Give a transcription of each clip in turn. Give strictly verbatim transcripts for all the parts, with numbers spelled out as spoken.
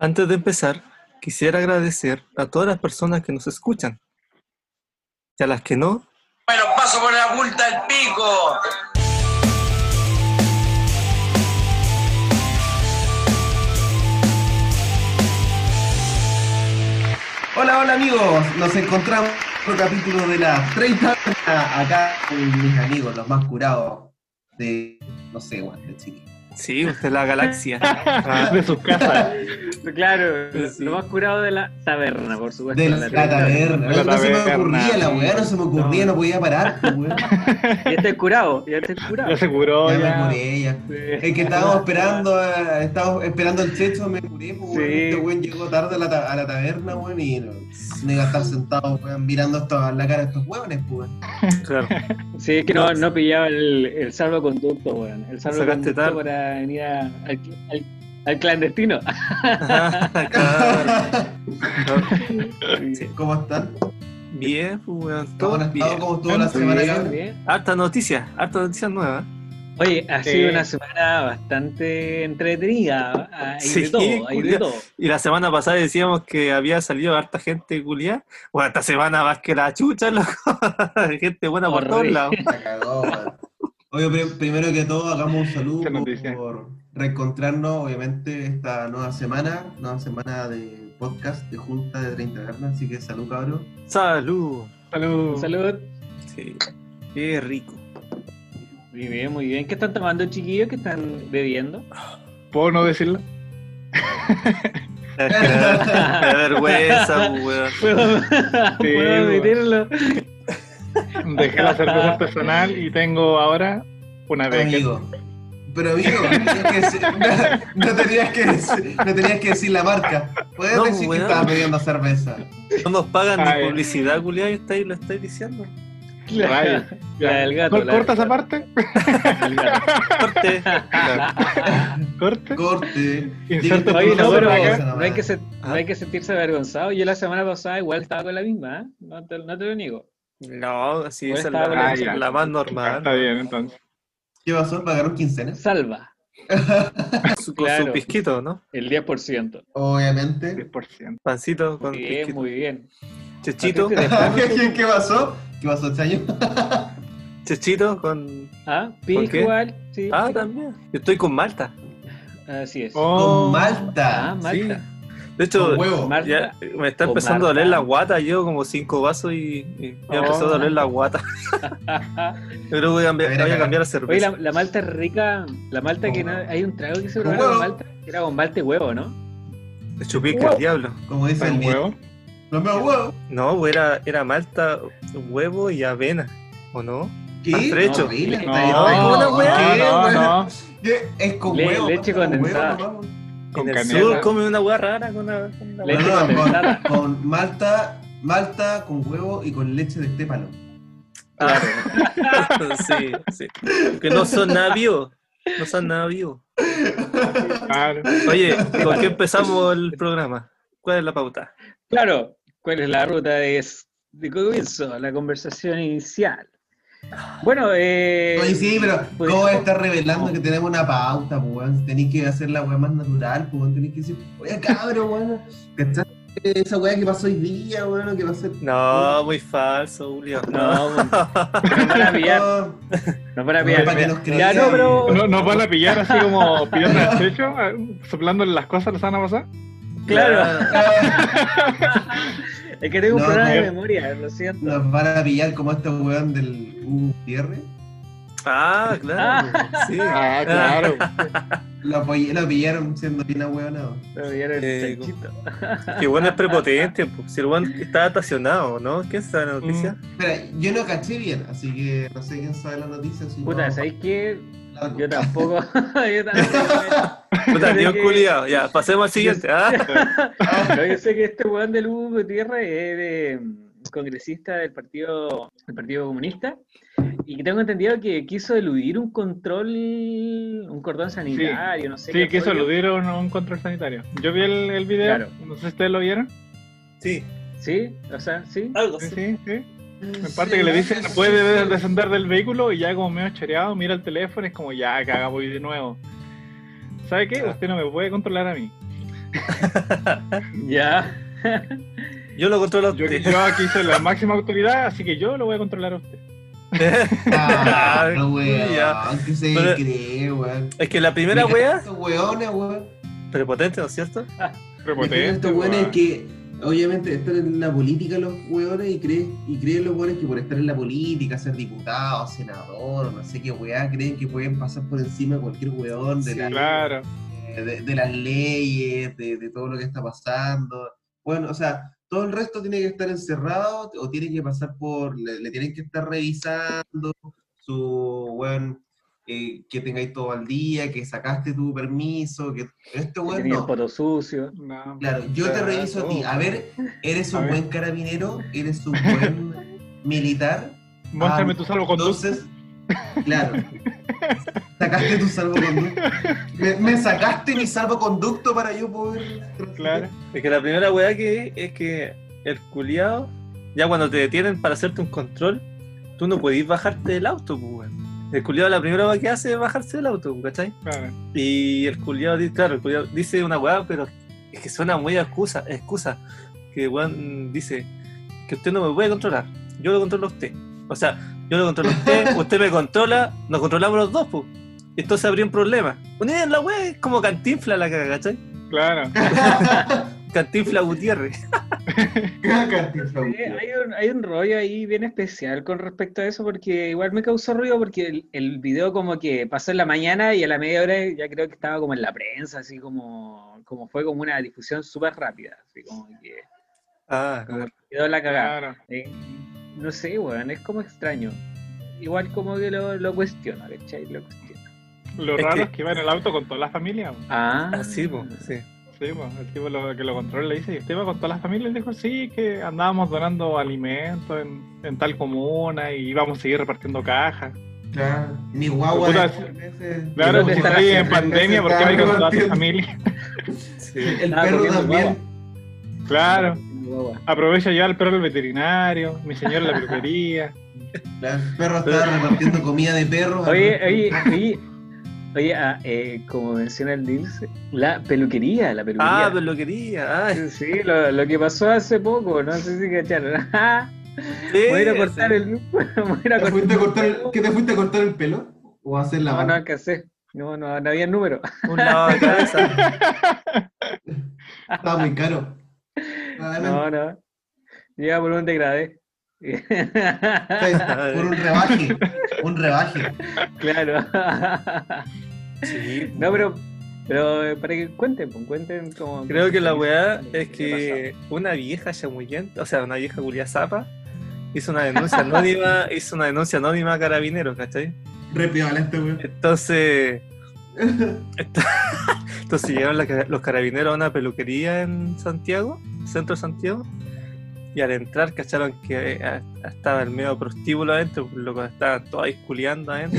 Antes de empezar, quisiera agradecer a todas las personas que nos escuchan. Y a las que no, Me lo paso por la multa del pico. Hola, hola amigos, nos encontramos en otro capítulo de la treinta acá con mis amigos, los más curados de, no sé, bueno, de Chile. sí, usted es la galaxia. De sus casas. Claro, Sí. lo más curado de la taberna, por supuesto. De la, taberna, de la no se me taberna, ocurría la sí. weá, no se me ocurría, no, podía parar, pues, weón. Ya estoy curado, ya estoy curado. Ya se curó, Ya ya. me curé, ya. Sí. Es que estábamos esperando, eh, estábamos esperando el checho, me curé, pues, weón. Sí. Este weón llegó tarde a la, ta- a la taberna, weón, y no, no iba a estar sentado, weón, mirando esto, a la cara de estos weones, pues, weón. Claro. Sí, es que no, no pillaba el, el salvoconducto, weón. El Sacaste salvoconducto tarde. para venir a- al, al, al clandestino. Claro. Sí. ¿Cómo están? Bien, pues, weón, ¿Cómo han todo estado? bien. ¿Cómo estuvo la Bien, semana, bien, cabrón? bien. Harta noticia, harta noticias nuevas. Oye, ha sido Sí. una semana bastante entretenida. Hay Sí, de todo, hay de culiao. todo. Y la semana pasada decíamos que había salido harta gente culiada. Bueno, esta semana más que la chucha, loco. Gente buena por todos Horrible. lados. La cagó, weón. Oye, pri- primero que todo, hagamos un saludo Qué por, noticia. por reencontrarnos, obviamente, esta nueva semana, nueva semana de podcast de Junta de treinta Tabernas, así que salud, cabrón. Salud. Salud. Salud. Sí, qué rico. Muy bien, muy bien. ¿Qué están tomando, chiquillos? ¿Qué están bebiendo? ¿Puedo no decirlo? Me da vergüenza, pues, weón. ¿Puedo, Sí, ¿puedo weón. admitirlo? Dejé la cerveza artesanal y tengo ahora una beca. Amigo. Pero amigo, tenías que decir- no, no tenías que decir, no tenías que decir la marca. Puedes No, decir weón. que estabas bebiendo cerveza. No nos pagan Ay. ni publicidad, culiado, y estáis, lo estáis diciendo. Rayos. La del gato. Cor- la ¿Corta del esa gato. parte? El gato. Corte. ¿Corte? Corte. Inserto Dígate Oye, tú no, una pero cosa acá, nomás. no hay, que se- Ah. no hay que sentirse avergonzado. Yo la semana pasada igual estaba con la misma, ¿eh? No te, no te lo niego. No, así Pues esa es estaba la, Ah, ya. la más normal. Está bien, entonces. ¿Qué pasó? ¿Pagaron quincenas? Salva, Su, con Claro. su pisquito, ¿no? el diez por ciento. Obviamente. diez por ciento. Pancito con Muy bien, pisquito. muy bien. Chechito, Así que después- ¿Qué, qué pasó? ¿Qué pasó, Chayo? chechito con... Ah, ¿Por pico qué? igual. Sí, Ah, pico. también. Yo estoy con Malta. Así es. Oh. Con Malta. Ah, Malta. De hecho, Con huevo. Malta. ya me está O empezando a Marta. doler la guata. Llevo como cinco vasos y, y me ha Oh. empezado a doler la guata. Yo creo que voy a cambiar, A ver, voy a acá. cambiar la Oye, cerveza. la, la malta es rica. La malta que Con no, huevo. hay un trago que se Con probaba con huevo. malta, que era con malta y huevo, ¿no? De chupica, huevo. el diablo. Como dice el ¿Con viejo. huevo? Los meos huevos. No, pues era, era malta, huevo y avena. ¿O no? ¿Qué? Maltrecho. Horrible, No, está ahí, no, está ahí. una weá. ¿Qué, no, weón? no. ¿Qué? Es con Le- huevo. leche con condensada. huevo, nomás. Con En el canela. sur come una hueá rara con una, con una Leche No, hueá. no, condensada. con, con malta, malta con huevo y con leche de estépalo. Ah, sí, sí. Que no son nada vivos. No son nada vivos. Claro. Oye, ¿con qué empezamos el programa? ¿Cuál es la pauta? Claro, ¿cuál es la ruta de, de comienzo? La conversación inicial. Bueno, eh. Oye, sí, pero ¿cómo podríamos- vas a estar revelando que tenemos una pauta, pues, weón? Tenéis que hacer la weá más natural, pues, weón. Tenéis que decir, oye, cabrón, weón. ¿Cachai? Esa weá que pasó hoy día, weón, que va a ser. No, muy falso, Julio. No, nos van a pillar. No, Nos van a No, pillar. para que Mira, nos crean. ya no, pero. ¿No, ¿Nos van a pillar así como pidiendo el techo, soplándole las cosas la semana pasada? Claro. Es que tengo un No, problema de no. memoria, lo siento. nos van a pillar como este weón del Hugo Gutiérrez. Ah, claro. Sí. Ah, claro. Lo, apoy- lo pillaron siendo bien ahueonado. Lo pillaron el Eh, chanchito. Que bueno es prepotente, pues. Si el buen está estacionado, ¿no? ¿Qué es esa noticia? Espera, yo no caché bien, así que no sé quién sabe la noticia. Si Puta, no- ¿sabéis qué? la- Yo tampoco. Yo tampoco. Puta, tío que- culiado. Ya, pasemos al siguiente. Ah, No, yo sé que este weón del Hugo Gutiérrez es de, mm, congresista del partido, del partido Comunista, y que tengo entendido que quiso eludir un control, un cordón sanitario, no sé Sí, qué que eso rollo. eludieron un control sanitario. Yo vi el, el video, Claro. no sé si ustedes lo vieron. sí, Sí, o sea, sí. algo Sí, así. sí, sí. Me parte que le dicen, no puede descender del vehículo y ya como medio choreado, mira el teléfono y es como, ya, caga, voy de nuevo. ¿Sabe qué? Ah. Usted no me puede controlar a mí. Ya. Yo lo controlo a Yo, usted. yo aquí soy la máxima autoridad, así que yo lo voy a controlar a usted. Ah, Ay, weón, ya. que se Pero- cree, weón. Es que la primera Mira, wea, Estos weones, weón. prepotente, ¿no es cierto? Prepotente. Estos weones weón. que obviamente están en la política los weones y creen, y creen los weones que por estar en la política, ser diputado, senador, o no sé qué weá, creen que pueden pasar por encima de cualquier weón de, Sí, la- Claro. de, de las leyes, de, de todo lo que está pasando. Bueno, o sea, todo el resto tiene que estar encerrado o tiene que pasar por, le, le tienen que estar revisando su, weón, eh, que tengáis todo al día, que sacaste tu permiso, que este Que weón tenía el no. poto sucio. No, Claro, yo te claro, reviso a ti. todo. A ver, ¿eres A un ver. buen carabinero? ¿Eres un buen militar? Muéstrame Ah, tu salvoconducto. Entonces, claro. Sacaste tu salvoconducto. Me, me sacaste mi salvoconducto para yo poder. Claro. Es que la primera weá que es que el culiao, ya cuando te detienen para hacerte un control, tú no podís bajarte del auto, pues, weón. El culiao la primera weá que hace es bajarse del auto, ¿cachai? Claro. Y el culiao, di- claro, el culiao dice una weá, pero es que suena muy a excusa, excusa. Que weón dice que usted no me puede controlar, yo lo controlo a usted. O sea, yo lo controlo a usted, usted me controla, nos controlamos los dos, pues. Entonces habría un problema. Unida en la weá es como Cantinfla la caga, ¿cachai? Claro. Cantinfla Gutiérrez. Sí, hay, un, hay un rollo ahí bien especial con respecto a eso, porque igual me causó ruido porque el, el video como que pasó en la mañana y a la media hora ya creo que estaba como en la prensa, así como, como fue como una difusión súper rápida, así como que Ah, como que quedó la cagada. Claro. Eh, no sé, weón, es como extraño. Igual como que lo, lo cuestiona, ¿cachai? Lo cuestiona. Lo Es raro que- es que iba en el auto con toda la familia. po. Ah, Ah, sí, pues, sí. Sí, pues, el tipo lo, que lo controla le dice, ¿y usted iba con toda la familia? Y dijo, sí, que andábamos donando alimentos en, en tal comuna y íbamos a seguir repartiendo cajas. Claro. Mi guagua. Puta, de tres meses- Claro, ¿dónde si está estoy la- en pandemia, ¿por qué va a ir con toda tu familia? Sí. El Estaba perro comiendo también. Claro, guagua. aprovecha ya el perro al veterinario, mi señora la peluquería. Claro, el perro estaba repartiendo comida de perros. Oye, oye, oye, oye, ah, eh, como menciona el Nils, la peluquería, la peluquería. Ah, pero lo quería. Ay, Sí, lo, lo que pasó hace poco, no sé si cacharon. sí, Voy a ir a cortar sí. el. Voy a ir a ¿Te fuiste a cortar el- pelo. ¿Qué te fuiste a cortar el pelo? ¿O a hacer la No, no barba? alcancé. No, no, no había número. Un lado de cabeza. Estaba muy caro. No, no. Llega por un degradé. Por un rebaje. Un rebaje. Claro. Sí. No, pero, pero eh, para que cuenten, pues, cuenten como. Creo que la weá ¿Qué es que una vieja chamuyenta, o sea, una vieja culia zapa, hizo una denuncia anónima, hizo una denuncia anónima a Carabineros, ¿cachai? Re piola este weón. Entonces, entonces llegaron la- los carabineros a una peluquería en Santiago, centro de Santiago, y al entrar cacharon que eh, estaba el medio prostíbulo adentro, lo que estaban todos ahí culiando adentro.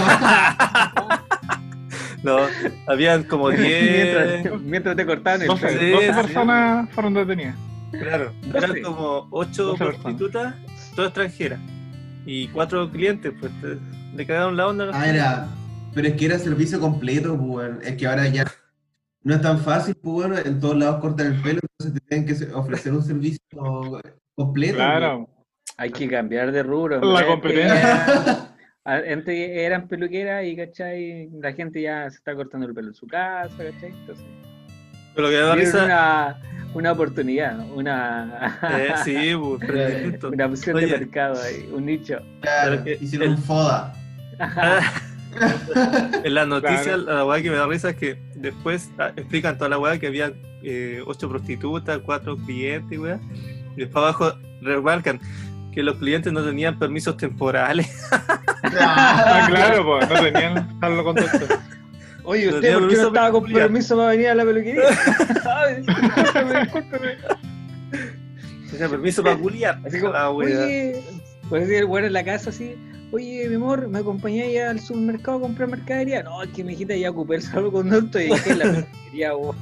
No, habían como diez. Mientras, mientras te cortaban el doce, pelo. Sí, doce sí. personas fueron detenidas. Claro, doce. eran como ocho doce prostitutas, todas extranjeras, y cuatro clientes, pues te- le cagaron la onda a los Ah, era. Pero es que era servicio completo, pues, weón. Es que ahora ya no es tan fácil, pues, bueno, en todos lados cortan el pelo, entonces te tienen que se- ofrecer un servicio completo. Claro. Hay que cambiar de rubro. La Antes competencia. era- Antes eran peluqueras y, ¿cachai? La gente ya se está cortando el pelo en su casa, ¿cachai? Entonces, Pero lo que me da vieron risa. una, una oportunidad, una, Eh, sí, pues, pero distinto. una opción Oye. de mercado ahí, un nicho. Claro, Pero que hicieron el- un foda. Ah, en la noticia, Claro. la weá que me da risa es que después ah, explican toda la weá que había eh, ocho prostitutas, cuatro clientes, weá. Y después abajo remarcan que los clientes no tenían permisos temporales. Ah, claro, pues, no tenían darlo contexto. Oye, No ¿usted tenía por qué permiso no estaba con peculiar. permiso para venir a la peluquería? Ay, discúlpeme, discúlpeme. Tenía permiso para culiar. Así como, Ah, weá. oye, pues así el bueno en la casa así, oye, mi amor, ¿me acompañáis al supermercado a comprar mercadería? No, es que mi hijita ya ocupé el salvoconducto y dejé en la peluquería, weón.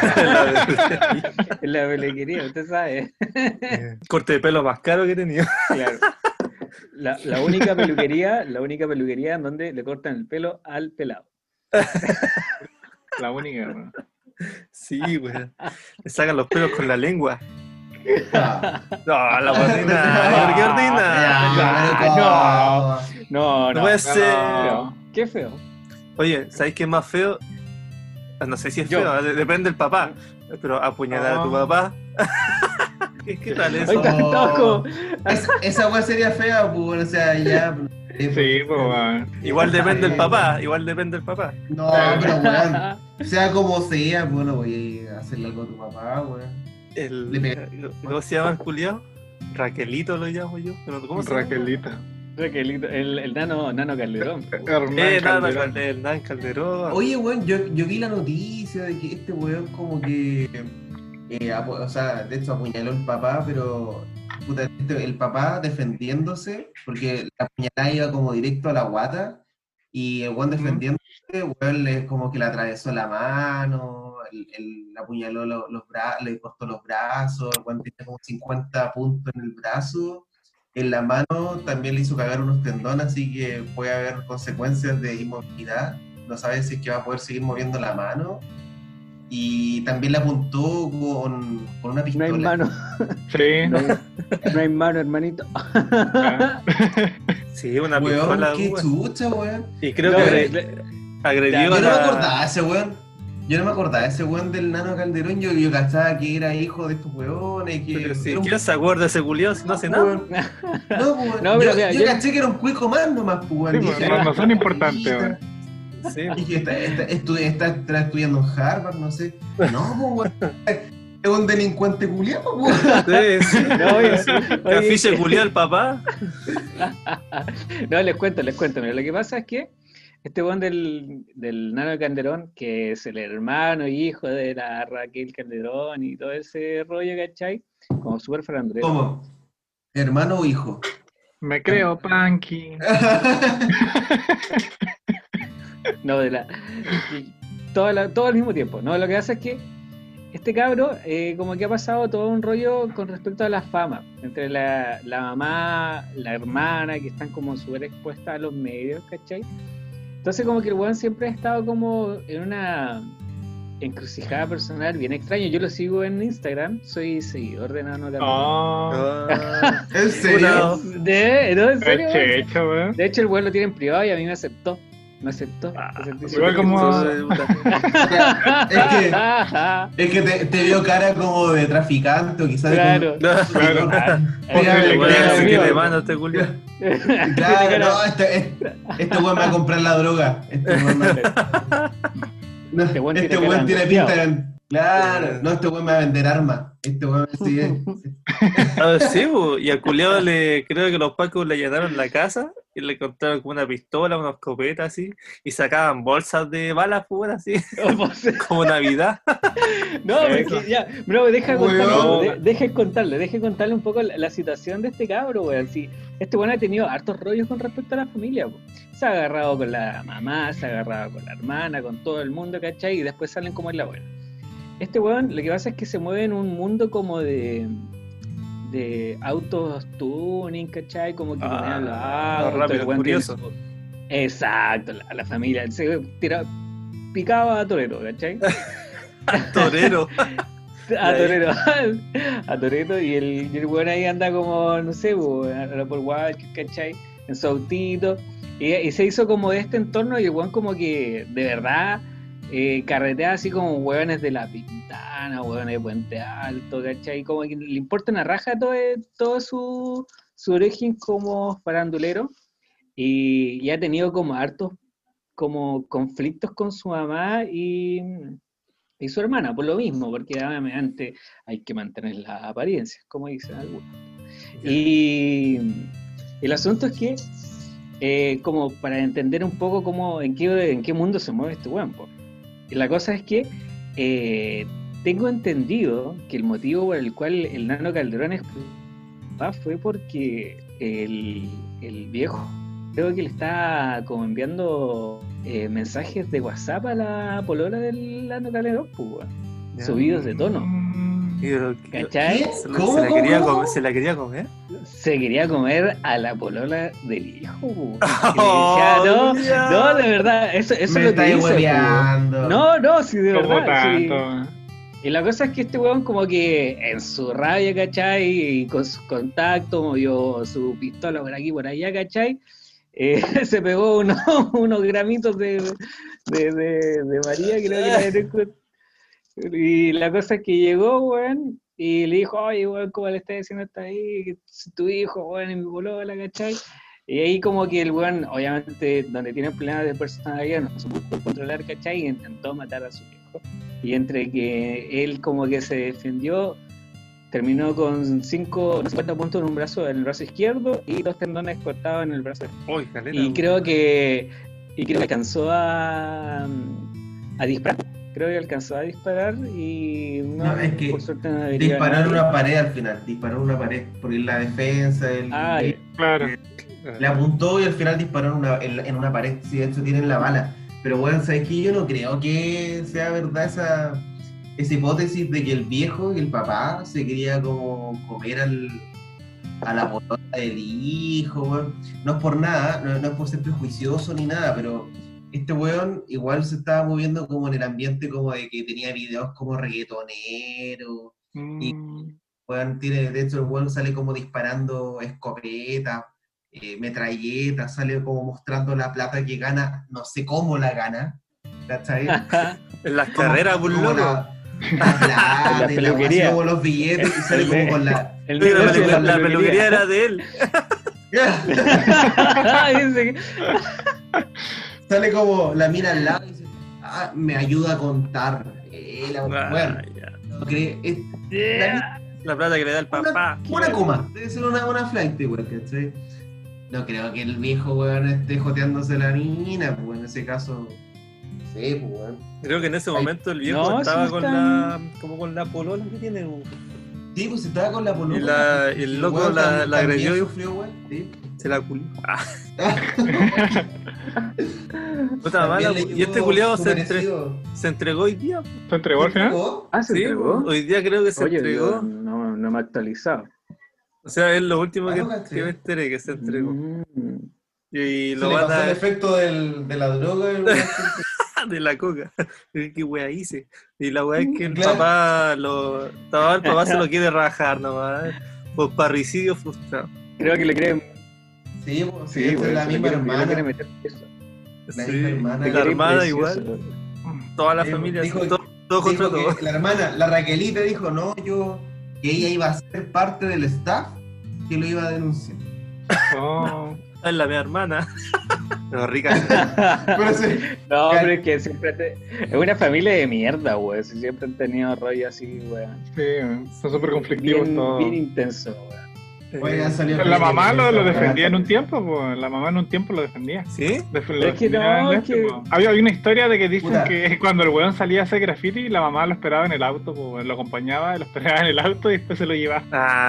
En la peluquería, usted sabe. Eh, Corte de pelo más caro que he tenido. Claro. La, la única peluquería, la única peluquería en donde le cortan el pelo al pelado. La única, weón. Sí, weón. Le sacan los pelos con la lengua. Ah, No, la ordinaria. ¿Por qué ordinaria? ya, no. No, no. No puede ser. Feo. Qué feo. Oye, ¿sabéis qué es más feo? Ah, no sé si es Yo. feo, de- depende del papá. Pero apuñalar a tu Ah. papá. ¿Qué, qué tal eso? Ahí está, estaba como- Es- esa weá sería fea, pues, bueno, o sea, ya. eh, Sí, pues, weón. Igual depende del papá, igual depende del papá. No, pero weón, sea como sea, bueno, voy a hacerle algo a tu papá, weón. El, Le pega. ¿Cómo se llama el culiao? Raquelito lo llamo yo. pero ¿Cómo se llama? Raquelita. Raquelito, el, el nano, nano Calderón. po. Hernán Eh, nada, Calderón. Calderón. El Nan Calderón. Oye, weón, yo, yo vi la noticia de que este weón como que, eh, apu- o sea, de hecho apuñaló al papá, pero puta, este- el papá defendiéndose, porque la apuñalada iba como directo a la guata, y el weón defendiéndose, weón, le, como que le atravesó la mano, el, el- le apuñaló lo- los brazos, le cortó los brazos, el weón tenía como cincuenta puntos en el brazo. En la mano también le hizo cagar unos tendones, así que puede haber consecuencias de inmovilidad. No sabe si es que va a poder seguir moviendo la mano. Y también le apuntó con, con una No pistola. hay mano, Sí. no hay, no hay mano, hermanito. Ah. Sí, una Weón, pistola. qué weón. chucha, weón. Y creo No, que le- agre- le- agredió Yo a no me la... acordaba de ese weón. Yo no me acordaba de ese weón del Nano Calderón. Yo, yo cachaba que era hijo de estos weones. Que Pero si, era un- ¿quién se acuerda de ese culiao si no hace nada? weón. No, pues, weón. No, pero yo, mira, yo yo- caché que era un cuico más nomás, pues, weón. Sí, pues, Dije, no- no son ah, importantes, mira. weón. Sí. Dije, está, está, estu- está- está estudiando en Harvard, no sé. No, pues, weón. Es un delincuente culiado, pues, weón. Sí, sí. No, oye, Sí. oye. Afiche culiao el papá. No, les cuento, les cuento. Mira, lo que pasa es que este weón del, del Nano Calderón, que es el hermano y hijo de la Raquel Calderón y todo ese rollo, ¿cachai? Como súper farandulero. ¿Cómo? ¿Hermano o hijo? Me creo, Panky. No, de la. y todo, la- todo al mismo tiempo. No, lo que pasa es que este cabro, eh, como que ha pasado todo un rollo con respecto a la fama. Entre la, la mamá, la hermana, que están como súper expuestas a los medios, ¿cachai? Entonces, como que el weón siempre ha estado como en una encrucijada personal bien extraña. Yo lo sigo en Instagram, soy seguidor de Nano Calderón. Oh, Ah, ¿En serio? De, no, en serio, es weón. checho, weón. De hecho, el weón lo tiene en privado y a mí me aceptó. Me aceptó. Ah, Me aceptó. igual como- Es que, es que te, te vio cara como de traficante o quizás Claro. de... Claro. Póngale, le Weón, creo, así que amigo. le mando a este culiao. Claro, no, este, este, este weón me va a comprar la droga. Este weón, me- no, Este weón este tiene weón cara tiene angustiado. pinta de... Claro, no, este weón me va a vender armas. Este weón sí es... Ah, sí, po. Y al culiao le creo que los pacos le allanaron la casa y le encontraron como una pistola, una escopeta así, y sacaban bolsas de balas, pues, así, como Navidad. No, porque ya, bro, deja Weón. contarle, de- deja contarle, deja contarle un poco la, la situación de este cabro, weón. Sí, este weón ha tenido hartos rollos con respecto a la familia, po. Se ha agarrado con la mamá, se ha agarrado con la hermana, con todo el mundo, ¿cachai? Y después salen como en la buena. Este weón, lo que pasa es que se mueve en un mundo como de de autos tuning, ¿cachai? Como que Ah, ponían los autos, Rápido el weón tiene Furioso. su- Exacto, la, la familia, se tira, picaba a torero, ¿cachai? Torero. A Torero, a Toreto, y el, y el weón ahí anda como, no sé, po, a la por Walker, ¿cachai? En su autito, y, y se hizo como de este entorno, y el weón como que, de verdad, eh, carretea así como hueones de La Pintana, hueones de Puente Alto, ¿cachai? Como que le importa una raja todo, todo su, su origen como farandulero, y, y ha tenido como hartos como conflictos con su mamá y... y su hermana, por lo mismo, porque obviamente hay que mantener las apariencias, como dicen algunos. Y el asunto es que, eh, como para entender un poco cómo, en qué, en qué mundo se mueve este weón, po. Y la cosa es que eh, tengo entendido que el motivo por el cual el Nano Calderón es fue porque el, el viejo creo que le está como enviando eh, mensajes de WhatsApp a la polola del Nano Calderón, pues, weón. Subidos de tono. Mm, Pero, ¿qué? ¿Cachai? ¿Se, la- ¿Cómo, se la cómo, quería cómo? comer, ¿Se la quería comer? Se quería comer a la polola del hijo. po. Y le Oh, decía, no, Julián. no, de verdad, eso, eso Me es lo que estáis hizo. po. hueveando. No, no, sí, de Como verdad. sí. tanto. Y la cosa es que este weón como que en su rabia, ¿cachai? Y con sus contactos, movió su pistola por aquí, por allá, ¿cachai? Eh, se pegó unos, unos gramitos de, de, de, de María, creo que la de Y la cosa es que llegó, weón, y le dijo, oye, weón, ¿cómo le estás diciendo hasta ahí? Que es tu hijo, weón, en mi polola, ¿cachai? Y ahí como que el weón, obviamente, donde tiene problemas de personalidad, no se pudo controlar, ¿cachai? Y intentó matar a su hijo. Y entre que él como que se defendió, terminó con cinco, cincuenta puntos en un brazo, en el brazo izquierdo, y dos tendones cortados en el brazo derecho. Uy, caleta, Y creo que, y creo que alcanzó a, a disparar. Creo que alcanzó a disparar y no, No, es que por suerte no debería Disparar nadie. una pared al final, disparó una pared, porque la defensa, el, Ah, el- Claro. le apuntó y al final disparó en una, en, en una pared, sí, de hecho tienen la bala. Pero bueno, ¿sabes qué? Yo no creo que sea verdad esa, esa hipótesis de que el viejo, el papá, se quería como comer al, a la polola del hijo, weón. No es por nada, no, no es por ser prejuicioso ni nada, pero este weón igual se estaba moviendo como en el ambiente como de que tenía videos como reggaetonero. Mm. Weón, tiene, de hecho, el weón sale como disparando escopetas, eh, metralletas, sale como mostrando la plata que gana, no sé cómo la gana, ¿cachai? En las Como- carreras, por como loco. la, la plata, En la y peluquería. weá, como los billetes, y sale El- como con la... El Oye, la, negocio de pelu- la peluquería era de él. Dice que- Sale como la mira al lado y dice, ah, me ayuda a contar. Eh, la, Ah, bueno, ya. no cree, es Yeah. La plata que le da el papá. una, una coma, debe ser una, una flight, weón, ¿cachai? No creo que el viejo weón esté joteándose la mina, pues en ese caso, no sé, pues weón. Creo que en ese momento el viejo No, estaba sí con están- la como con la polola que tiene. weón. Sí, pues estaba con la polola. Y la- y el loco weón la- tam- la también agredió y- sufrió, weón, sí. Se la culió. Ah, puta También mala. le Y este llegó culiado su se, entre- merecido. se entregó hoy día. ¿Se entregó al final? ¿Oh? Ah, se Sí, entregó. hoy día creo que se Oye, entregó. yo no, no me he actualizado. O sea, es lo último Ah, que, no caché. que me enteré, que se entregó. Mm. Y Se lo le van pasó el a... efecto del, de la droga. el weón. de la coca. ¿Qué wea hice? Y la wea es que el Claro. papá lo... Estaba, el papá se lo quiere rajar nomás. Por parricidio frustrado. Creo que le creen. Sí, pues, sí, Sí, es güey, la se le misma quiere- le quiere hermana. meter preso. La Sí, misma hermana. la Le quiere hermana precioso. igual. Toda la Sí, familia, dijo- todo, todo contra Dijo todo. que la hermana, la Raquelita dijo, no, yo, que ella iba a ser parte del staff que lo iba a denunciar. Oh. Es la mi hermana. Pero rica. Pero sí, No, pero es que siempre te... es una familia de mierda, güey. Si siempre han tenido rollo así, güey. Sí, son súper conflictivos Bien, todos. bien intenso, güey. oye, han salido La mamá lo, lo películas, defendía en un tiempo, pues. La mamá en un tiempo lo defendía. ¿Sí? Def- lo Es que defendía no, en es que- po. Había, había una historia de que dicen Puta. que cuando el weón salía a hacer graffiti, la mamá lo esperaba en el auto, pues, lo acompañaba, lo esperaba en el auto y después se lo llevaba.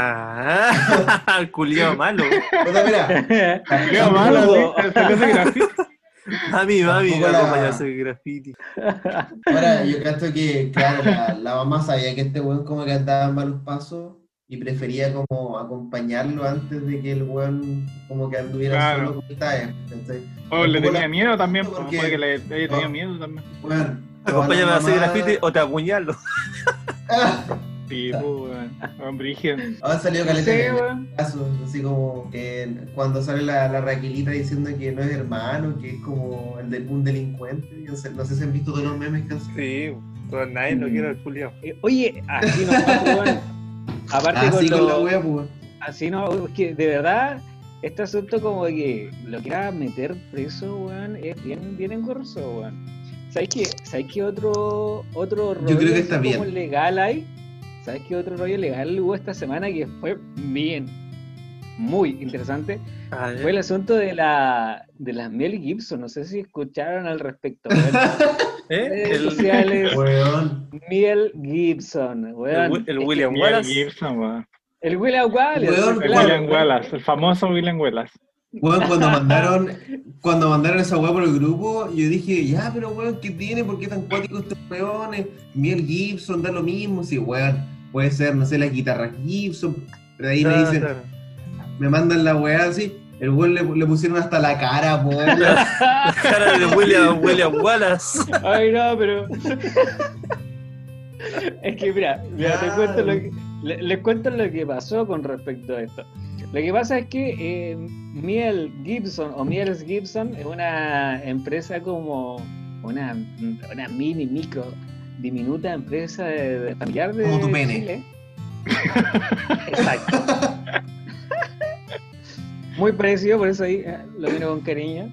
Ah, el culiao malo. Puta, mira, Qué tampoco- malo, ¿sí? Salió a hacer graffiti. Mami, mami, Tampoco me la- acompañó a hacer graffiti. Ahora, yo cacho que, claro, la, la mamá sabía que este weón como que andaba en malos pasos y prefería como acompañarlo antes de que el weón como que anduviera Claro. solo con esta, ¿cachai? O le Tampoco tenía la- miedo también, pues, porque- puede que le haya tenido no. miedo también. Weón, Acompáñame a toda la hacer mamá- graffiti o te apuñalo. Ah, Sí, pues, weón. Weón, brígido. han salido No caleta sé, de weón. casos, así como eh, cuando sale la, la Raquelita diciendo que no es hermano, que es como el de un delincuente. Yo sé- no sé si han visto todos los memes que han salido. Sí, pero nadie lo quiere al culiao. Eh, Oye, así no, weón. Aparte Así con con la lo... wea, pues. Así no, es que de verdad, este asunto como de que lo quiera meter preso, weón, es bien, bien engorroso, weón. ¿Sabes qué? ¿Sabes qué otro, otro rollo creo que así está como bien. legal hay? ¿Sabes qué otro rollo legal hubo esta semana que fue bien, muy interesante? Ah, ya. Fue el asunto de la de las Mel Gibson, no sé si escucharon al respecto, weón. ¿Eh? Redes El, sociales, Weón. Mel Gibson, el, weón. Wi- el Es que- William Mel Wallace. Gibson, weón. El William Wallace, Weón, El claro. William Wallace, el famoso William Wallace. Weón, cuando mandaron, cuando mandaron esa weá por el grupo, yo dije, ya, pero weón, ¿qué tiene? ¿Por qué tan cuáticos estos weones? Mel Gibson, da lo mismo, sí, weón. puede ser, no sé, la guitarra Gibson, pero ahí me Claro, dicen, claro. me mandan la weá así, el weón le, le pusieron hasta la cara, po, weón. La cara de William, William Wallace. Ay, no, pero. Es que, mira, mira, te cuento lo que, le- les cuento lo que pasó con respecto a esto. Lo que pasa es que eh, Miel Gibson o Mieles Gibson es una empresa como una, una mini, micro, diminuta empresa de, de familiar de Como tu pene. Chile. Exacto. Muy parecido, por eso ahí eh, lo miro con cariño.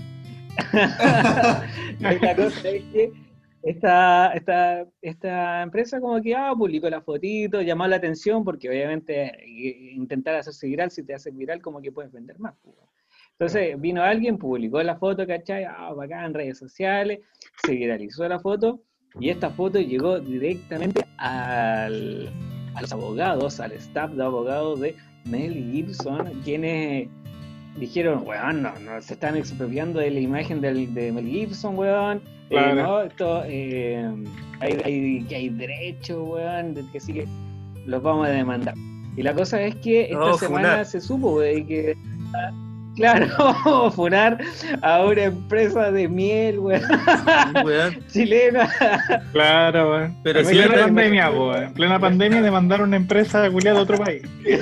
La cosa es que esta, esta, esta empresa como que ah, publicó la fotito, llamó la atención porque obviamente eh, intentar hacerse viral, si te haces viral como que puedes vender más. Pues. Entonces vino alguien, publicó la foto, ¿cachai? Ah, bacán, en redes sociales, se viralizó la foto y esta foto llegó directamente al, a los abogados, al staff de abogados de Mel Gibson, quienes dijeron, weón, no, no, se están expropiando de la imagen del, de Mel Gibson, weón, Claro. eh, no, esto, eh, hay, hay, que hay derechos, weón, de que sí que los vamos a demandar. Y la cosa es que esta No, semana funar. se supo de que, ah, claro, funar a una empresa de miel, weón, Weón. chilena. Claro, weón. Pero En si plena era- pandemia, weón. En plena pandemia demandaron una empresa culiada de otro país.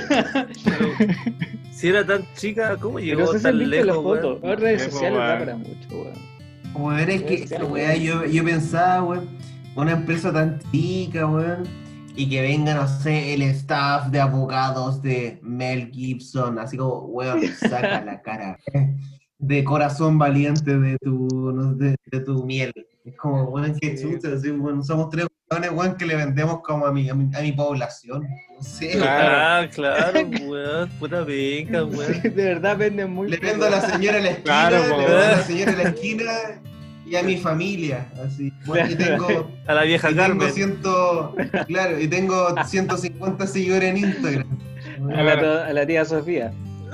Si era tan chica, ¿cómo Pero llegó no sé si han tan visto las lejos, fotos, weón? en redes Sí, pues, sociales da weón. para mucho, weón. Weón, es que, Sí, weón, yo, yo pensaba, weón, una empresa tan chica, weón, y que venga, no sé, el staff de abogados de Mel Gibson, así como, weón, saca la cara de corazón valiente de tu, no, de, de tu miel. Es como, weón, qué Sí. chucha, así, weón, somos tres weones, weón, que le vendemos como a mi, a mi, a mi población. No sé, Ah, claro, weón. Puta venga, weón. Sí, de verdad venden muy le poco. vendo a la señora en la esquina, Claro, le po, vendo a la weón. señora en la esquina y a mi familia, así. Bueno, y tengo... A la vieja Y tengo, Carmen. ciento, claro, y tengo ciento cincuenta seguidores en Instagram. A la, to- a la tía Sofía.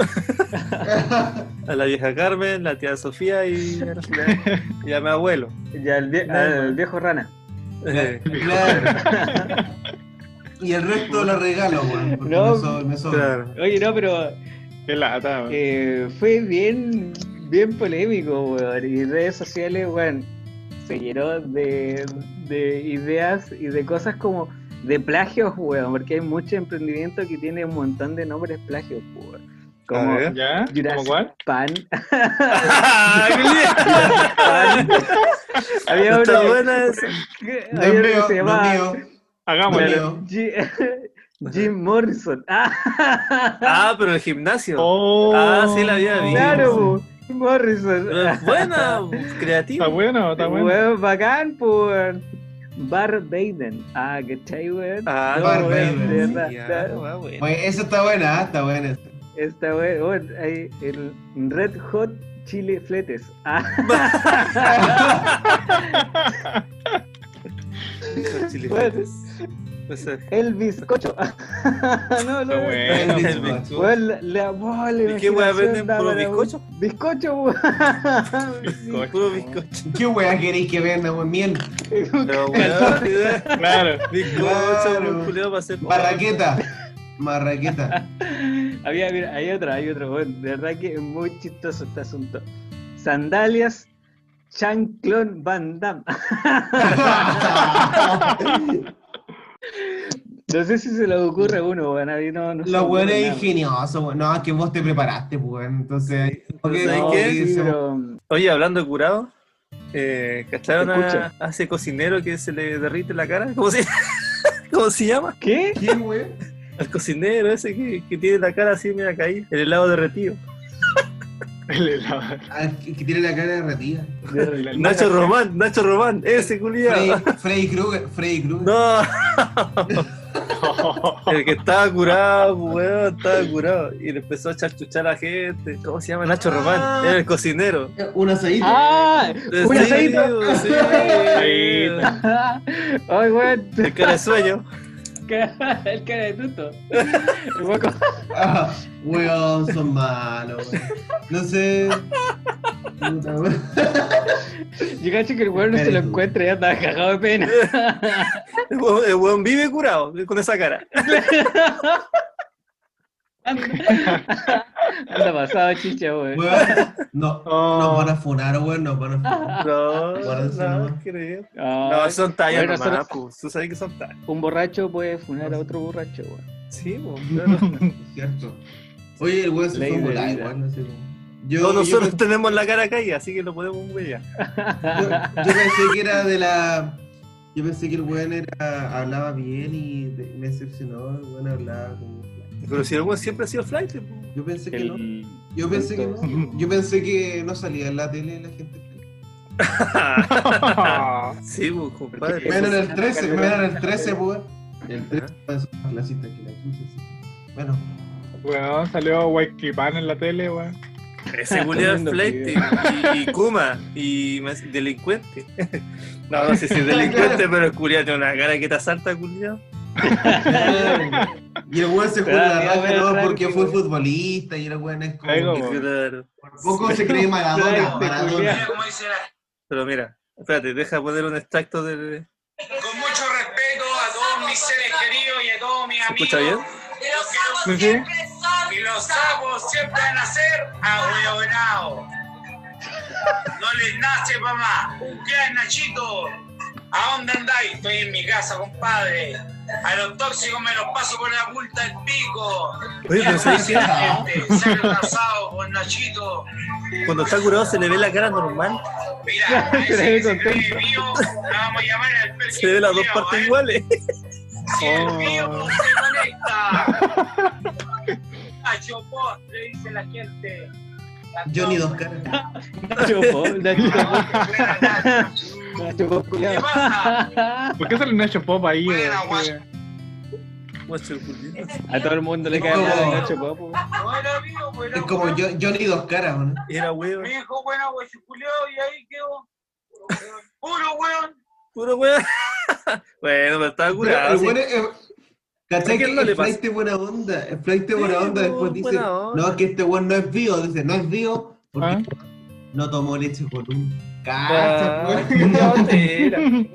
A la vieja Carmen, la tía Sofía y, y a mi abuelo. Y al, vie- al viejo rana. Eh, Claro. Y el resto lo regalo, weón, porque No, me sobra. Me sobra. claro. Oye, no, pero Qué lata, weón. eh, fue bien, bien polémico, weón. Y redes sociales, weón, se llenó de, de ideas y de cosas como de plagios, weón. Porque hay mucho emprendimiento que tiene un montón de nombres plagios, weón. Como A ver. ¿Ya? ¿Cómo Jurassic cuál? Pan. ¡Ah, qué lindo! Había uno Está que- buena esa. que- No había es uno que mío, se no llamaba es mío. Hagámoslo. Bueno. Ji- Jim Morrison. Ah, Ah, pero el gimnasio. Oh, Ah, sí, la había visto. claro, po, Jim Morrison. Pero es buena, creativa. Está bueno, está bueno. Weón, bacán, por Bar Baden. Ah, ¿cachai, weón? Ah, No, Bar weón, Baden, de sí, verdad, ya, está- ah, bueno. Oye, eso está buena, ¿ah? Está buena. Está weón, weón, hay el Red Hot Chili Fletes. Ah, Chilifiletes. Pues, eh, el bizcocho. No, no, Está bueno. El el bizcocho. bizcocho. weón, la, la, oh, la ¿Y qué weá imaginación venden? da ¿Puro para un- bizcocho? Bizcocho, weón. Bizcocho. Puro bizcocho. ¿Qué weá queréis que venda, weón? Miel. Pero, weón, Claro. bizcocho, Claro. un culiao para hacer. Marraqueta. Marraqueta. Había, mira, hay otra, hay otro, bueno, de verdad que es muy chistoso este asunto. Sandalias Jean-Claude Van Damme. No sé si se le ocurre a uno, weón, a mí no, no se me Los ocurre weones nada. ingeniosos, weón. No, es que vos te preparaste, weón. Entonces, Pero ok, ¿sabes ok, qué? Sí, eso- pero, Oye, hablando de curado, eh, ¿cacharon a, Escucha. a ese cocinero que se le derrite la cara? ¿Cómo se, ¿Cómo se llama? ¿qué? ¿Quién, weón? El cocinero ese que, que tiene la cara así, mira, caída, el helado derretido. El helado. Ah, que, que tiene la cara derretida. El- Nacho Román, Nacho Román, ese culiado. Freddy, Freddy Krueger. Freddy Krueger. No, el que estaba curado, weón, estaba curado. Y le empezó a echar chuchar a la gente. ¿Cómo se llama? Nacho Román, era el cocinero. Un asadito. ¡Ah! ¡Un Sí, asadito! sí. Asadito. ¡Ay, weón! El cara de sueño. cara, el cara de tuto. El hueco. Ah, weón, son malos, weón. No sé. Puta, weón. Yo cacho que el weón no se lo Eres tú. encuentra y anda cagado de pena. El weón, el weón vive curado con esa cara. Anda, anda pasado chicha, weón. Weón, no, Oh. nos van a funar, weón, nos van a funar. No, Guárdense no, nomás. creo. Ay, No, son tallas bueno, nomás, solo- pues. Tú sabes que son tallas. Un borracho puede funar a otro borracho, weón. Sí, pues, claro. Es cierto. Oye, el weón se Ley fue a de volar vida. igual, no sé cómo. Yo, Todos yo, nosotros tenemos la cara caída, así que lo podemos ver ya. yo, yo pensé que era de la. Yo pensé que el weón era, hablaba bien y de- me decepcionó. El weón hablaba como. Pero si el weón siempre ha sido flight, pues. Yo pensé que no. El... Yo pensé que Entonces- no. Yo pensé que no salía en la tele la gente. Sí, pues, compadre. Menos en el trece, menos en el trece, pues. El trece es más clasista que la chucha, sí. Bueno, Weón, salió White Clipan en la tele, weón. Ese culiado es Tremendo flight video. y, y Kuma y más delincuente. No, no sé si es delincuente, pero el culiado tiene una cara que te asalta, culiado. y el weón se Pero juega la ya, raja, ya, no, porque ya, fue ya. futbolista y el weón es como. Algo, que- weón. Claro. Por poco se cree Maradona, Flight, Maradona. culiao. Mira cómo dice la... Pero mira, espérate, deja poner un extracto de. Con mucho respeto a todos mis seres queridos y a todos mis ¿Se amigos. escucha bien? Sí, sí. Y los sapos siempre van a ser ahueonados. No les nace pa' más. ¿Qué hay, Nachito? ¿A dónde andáis? Estoy en mi casa, compadre. A los tóxicos me los paso por la punta del pico. Oye, pero ¿sabes qué? Gente, se han atrasado con Nachito. Cuando está curado se le ve la cara normal. Mira, a ese Se le ve que se cree contento. mío, le vamos a llamar al perro. Se ve las dos culiao, partes ¿eh? iguales. Si el mío Oh. no se conecta. Nacho Post, le dice la gente. La Johnny top. Dos Caras. Nacho Pop, Nacho Pop. Nacho Pop, ¿Qué culiao. pasa? ¿Por qué sale Nacho Pop ahí, Buena, weón? guacho. Muestra el culiao. A todo el mundo le cae No. mal el Nacho Pop, weón. No era mío, pues, Es era como weón. Jo- Johnny Dos Caras, ¿no? Era weón. Me dijo, bueno, guacho culiao, y ahí quedó. Puro weón. Puro weón. Bueno, pero estaba Pero curado. el sí. weón es- es- ¿Cachai ¿A quién que no le el pasa? flight es buena onda? El flight es buena Sí, onda, después pues, dice, buena onda. no, es que este weón no es bio, dice, no es bio, porque ¿Ah? no tomó leche con un Ah, cacha, weón. qué totera.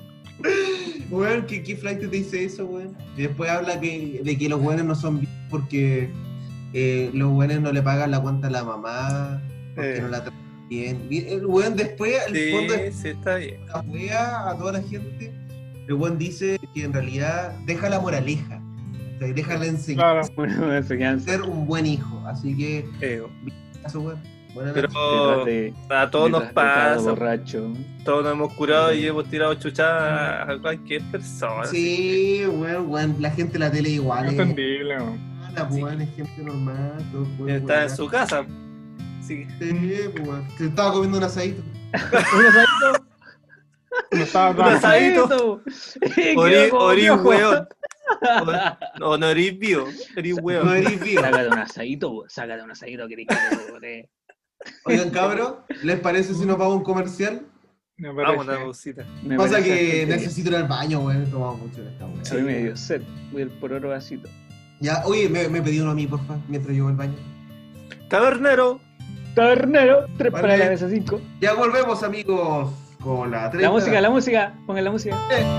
Weón, ¿qué, qué flight te dice eso, weón? Y después habla que, de que los weones no son bien porque eh, los weones no le pagan la cuenta a la mamá, porque Eh. no la tratan bien. Y el weón después, al fondo, Sí, sí, está bien. la wea a toda la gente, el weón dice que en realidad deja la moraleja, o sea, deja la enseñanza Claro. Una de enseñanza. ser un buen hijo. Así que, Eh, eso, weón. Buena Pero noche. Detrás de, a todos nos detrás de cada pasa. borracho. Todos nos hemos curado y hemos tirado chuchadas a cualquier persona. Sí, weón, weón, la gente de la tele igual es Entendible, weón. mala, pues, weón, es gente normal. Todo, weón, Está weón. en su casa. Sí. Sí, pues, weón. Se estaba comiendo un asadito. Un asadito. No estaba Un tan- asadito. Quedó Ori, como ori viejo. weón. O, o no eres vivo, eres No weón. eres vivo. Sácate un asadito, weón. Sácate un asadito que te quiero, Oigan, cabros, ¿les parece si nos vamos a un comercial? Me Vamos a parece. una cosita. Me Pasa parece que bastante necesito ir al baño, weón. He tomado mucho en esta weón. Soy medio set. Voy al por otro vasito. Ya, oye, me, me pedí uno a mí, porfa, mientras yo voy al baño. Tabernero. Tabernero, tres Vale. para la mesa cinco. Ya volvemos, amigos, con la treinta. La música, la música. Pongan la música.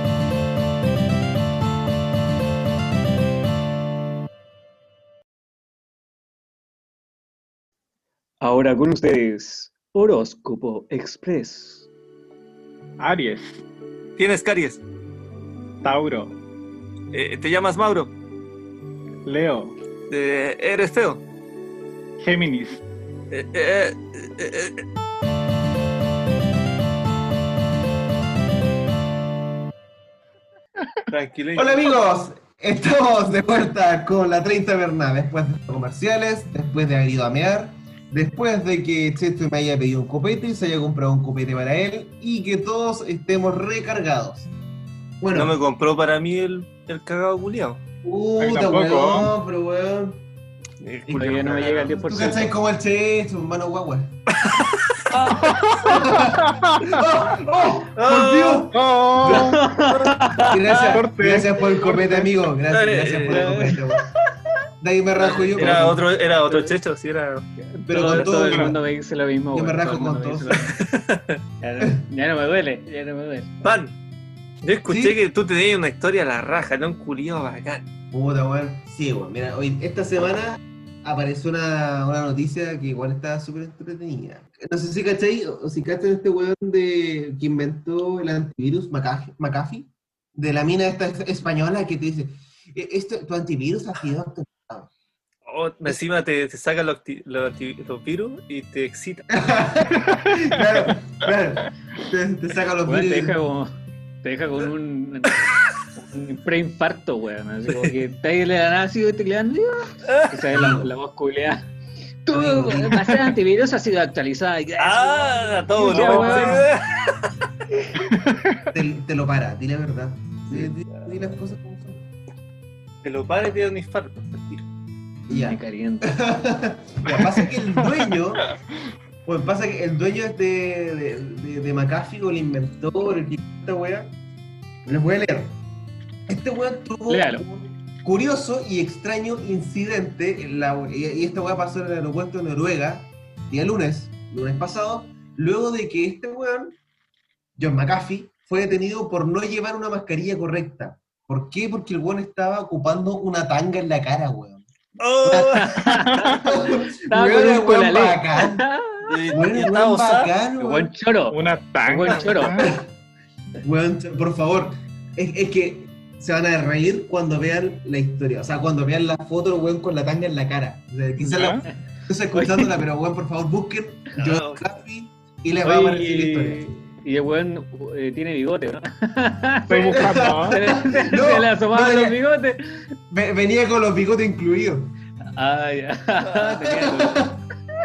Ahora con ustedes, Horóscopo Express. Aries, Tienes caries. Tauro, Eh, te llamas Mauro. Leo, Eh, eres feo. Géminis, Eh, eh, eh, eh, eh. Tranquilo. Hola, amigos. Estamos de vuelta con la treinta Bernal, después de los comerciales, después de haber ido a mear, después de que Chesto me haya pedido un copete y se haya comprado un copete para él y que todos estemos recargados. Bueno, No me compró para mí el, el cagado culiao. Ay, puta, tampoco. weón, pero weón. El Y Todavía no me llega el diez por Tú ciento. cachai como el Chesto, hermano guagua. ¡Oh! ¡Volvió! ¡Oh! Gracias, Corte. gracias por el copete, amigo. Gracias, Dale. gracias por el copete, weón. De ahí me rajo yo. Era con- otro, era otro checho, sí, era. Pero todo, con todo, todo el weón. mundo me dice lo mismo. Yo me weón, rajo todo el mundo con me dice lo mismo. Ya no, ya no me duele, ya no me duele. Pan. Yo escuché ¿Sí? que tú tenías una historia a la raja, ¿no? Un culiado bacán. Puta, weón. Sí, weón. Mira, hoy, esta semana apareció una, una noticia que igual está súper entretenida. No sé si cachai, o si cachan este weón de, que inventó el antivirus McAfee, McAfee, de la mina esta española que te dice, "E- esto, tu antivirus ha sido actualizado". Oh, encima te, te saca los, ti- los, anti- los virus y te excita. Claro, claro. Te, te saca los Weón, te virus. deja como. Te deja con un. un preinfarto, weón. Así como que está ahí de la nada así tecleando y sale la, la voz culeada. Tu base de antivirus ha sido actualizada. Ah, todo, Ya, ¿no? weón. te, te lo para, di la verdad. Di, di- di las cosas como son. Te lo pares y te da un infarto. al tiro. Y ya. Me caliento. Ya, pasa que el dueño, pues pasa que el dueño de, de, de, de McAfee, o el inventor, el que esta wea, les voy a leer. Este weón tuvo Léalo. un curioso y extraño incidente, en la, y, y esta wea pasó en el aeropuerto de Noruega, día lunes, lunes pasado, luego de que este weón, John McAfee, fue detenido por no llevar una mascarilla correcta. ¿Por qué? Porque el weón estaba ocupando una tanga en la cara, weón. ¡Oh! Estaba Weón, con el un weón colalé. bacán. Y- Weón, y el estaba weón osado. bacán, weón. Buen choro. Una tanga. Buen choro. Weón, por favor, es, es que se van a reír cuando vean la historia. O sea, cuando vean la foto del weón con la tanga en la cara. O sea, quizás la ¿Ya? estoy escuchándola, pero weón, por favor, busquen John No. McAfee y les va a aparecer la Oye, historia. y el weón eh, tiene bigote, ¿no? Estoy buscando. Se ¿eh? le, se No, le asomaban no, los ya. bigotes. Ve- Venía con los bigotes incluidos. Ah, ya. Tenía-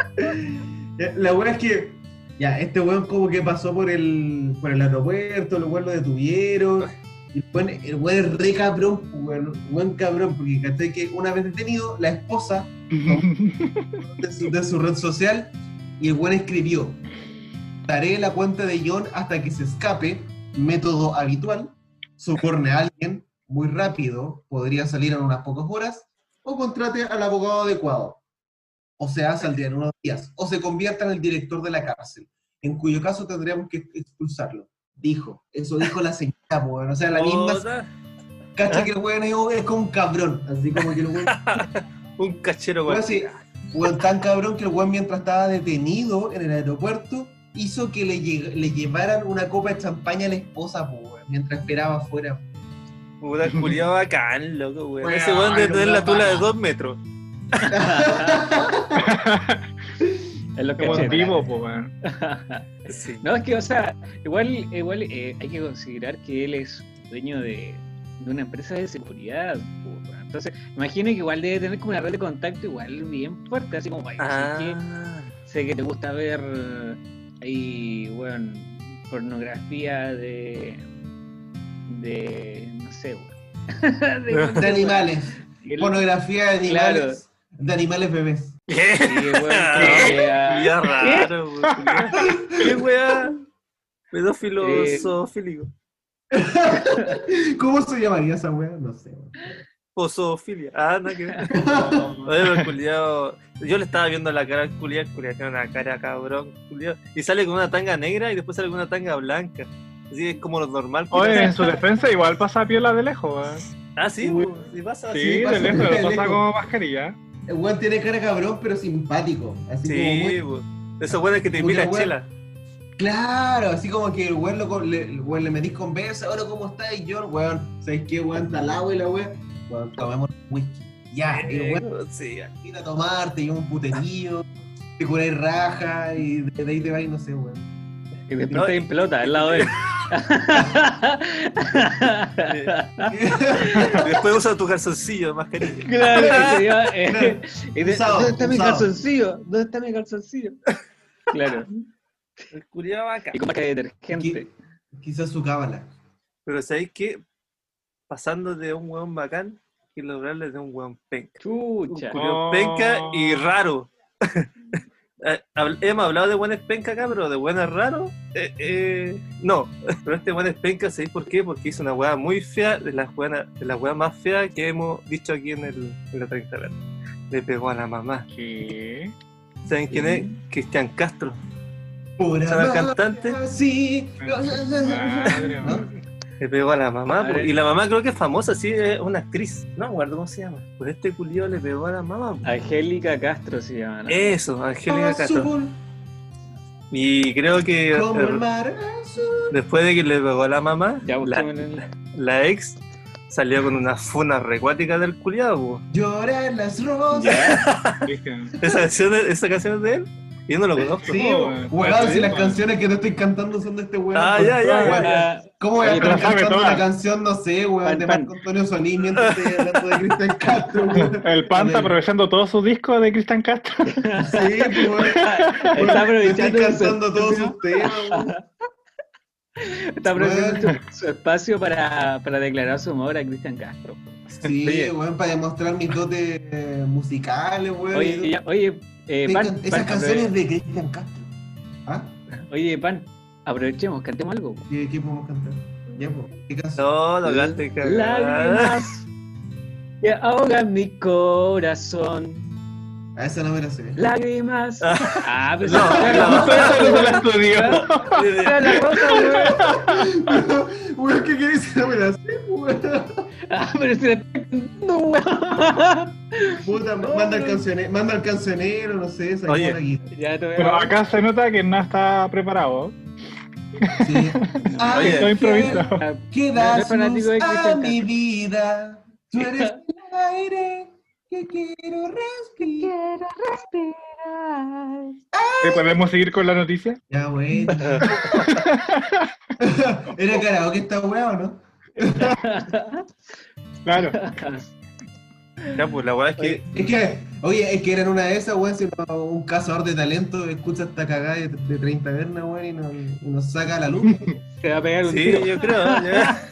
Ya, la buena es que, ya, este weón como que pasó por el, por el aeropuerto, los weón lo detuvieron. Y el weón, el weón es re cabrón, weón, buen cabrón, porque ¿cachai? Que una vez detenido, la esposa de su, de su red social, y el weón escribió: daré la cuenta de John hasta que se escape, método habitual, soborne a alguien muy rápido, podría salir en unas pocas horas, o contrate al abogado adecuado, o sea, saldría en unos días, o se convierta en el director de la cárcel, en cuyo caso tendríamos que expulsarlo. Dijo, eso dijo la señora, weón, o sea, la misma, Otra, cacha que el weón es, es como un cabrón, así como que el weón... un cachero Weón, sí, cualquiera. weón, tan cabrón que el weón, mientras estaba detenido en el aeropuerto, hizo que le, lleg- le llevaran una copa de champaña a la esposa, po, weón, mientras esperaba afuera. Puta culiado bacán, loco, weón. Weón, Ese weón debe tener la weón, tula de bacán. dos metros. Es lo que Como cachete. tipo, pues, weón. Sí. No, es que, o sea, igual, igual eh, hay que considerar que él es dueño de, de una empresa de seguridad. po, weón. Entonces, imagino que igual debe tener como una red de contacto igual bien fuerte, así como, "Ay, Ah, sé, que, sé que te gusta ver ahí, bueno, pornografía de, de, no sé, weón. de, De animales, Y él- pornografía de animales, Claro. de animales bebés. ¿Qué? Sí, weón, que, ah, Culiao raro, weón. culiao. ¿Qué weá? Pedófilo Eh. zoofílico. ¿Cómo se llamaría esa wea? No sé. weón. O zoofilia. Ah, no, que ver. Oye, pero el culiao. Yo le estaba viendo la cara al culiao, el culiao tiene una cara cabrón, culiao. Y sale con una tanga negra y después sale con una tanga blanca. Así es como lo normal. que Oye, pasa. en su defensa igual pasa piola de lejos, weón. Ah, sí, Uy. pues, sí pasa Sí, así. de pasa lejos, de lo pasa lejos. como mascarilla. El weón tiene cara cabrón, pero simpático. Así como Sí, muy... pues. Esos buenos que te Puta, invitan weón. chela. Claro, así como que el weón, lo, le, el weón le metís conversa, ahora cómo está, y yo, weón, ¿sabes qué, weón? Está al agua y la weón, weón, tomemos whisky. Ya, el weón Sí, te invita a tomar, te lleva un puterío, te curáis raja, y de, de ahí te vais, no sé, weón. y después No, está en pelota al lado de él. Y después usa tu calzoncillo de mascarilla. Claro, que se llama, eh, y de- Usado, ¿dónde está mi usado. calzoncillo? ¿Dónde está mi calzoncillo? Claro. El culiao bacán. Y con marca de detergente. Quizás su cábala. Pero ¿sabéis qué? Pasando de un weón bacán, que lograrle de un weón penca. Un Chucha. culiao Oh. penca y raro. eh, hab- hemos hablado de buenas pencas acá, pero de buenas raros, eh, eh, no. Pero este buenas pencas, ¿sabéis por qué? Porque hizo una weá muy fea, de las weas, de las weas más feas que hemos dicho aquí en, el, en la treinta verde. Le pegó a la mamá. ¿Qué? ¿Saben quién es? Cristian Castro. Pura ¿Sabe el madre, cantante? Sí. Madre, ¿No? madre. Le pegó a la mamá, po, Madre. y la mamá creo que es famosa, sí, es una actriz. No me acuerdo cómo se llama. Pues este culiao le pegó a la mamá. po. Angélica Castro se llama. ¿no? Eso, Angélica Castro. Azul, Y creo que como el eh, mar azul. después de que le pegó a la mamá, Ya la, busquemos en el- la ex salió con una funa recuática del culiao. po. Lloran las rosas. Ya. Cristian. Esa canción, es- esa canción es de él. Y yo no lo conozco. Sí, Oh, weón, sí, si las weón. canciones que te estoy cantando son de este weón. Ah, pues, ya, ya, weón, Ah, ¿Cómo voy a Oye, estar te la sabe cantando toda. una canción, no sé, weón, Pan, de pan. Marco Antonio Solís mientras estoy hablando de Cristian Castro, weón? El Pan está A ver, aprovechando todo su disco de Cristian Castro. Sí, pues, weón. Está Estoy aprovechando su cantando todos espacio- sus temas, weón. Está aprovechando su, su espacio para, para declarar su amor a Cristian Castro. Sí, Oye. weón, para demostrar mis dotes eh, musicales, weón. Oye, ya- oye, eh, Me Pan, encan- Esas Pan, canciones aprove- de Cristian Castro. ¿Ah? Oye, Pan, aprovechemos, cantemos algo. ¿Qué, qué podemos cantar? Ya, pues, ¿qué canción? No, no cante cagada. Lágrimas que ahogan mi corazón. A esa no me la sé. Lágrimas. Ah, pero No, no. Justo eso no se la estudió. Era la cosa, weón. Weón, ¿qué quieres decir? No me la sé, weón. Ah, pero se la está cantando, weón. Puta, No, manda el no. cancionero, manda el cancionero, no sé, esa Oye. aquí. Ya te voy a- Pero acá se nota que no está preparado. Sí. Oye. Está improvisado. Ah, Que no das soy fanático de luz a Cristian mi Castro. vida. Tú eres el aire que quiero respirar. ¿Eh, ¿Podemos seguir con la noticia? Ya, güey. ¿Era karaoke esta weá o no? Claro. Ya, pues la weá es que. Es que, oye, es que era en una de esas, weón, si no, un cazador de talento escucha esta cagada de, de treinta vernas, weón, y, nos, y nos saca a la luz. Se va a pegar un Sí, tiro. yo creo. ya.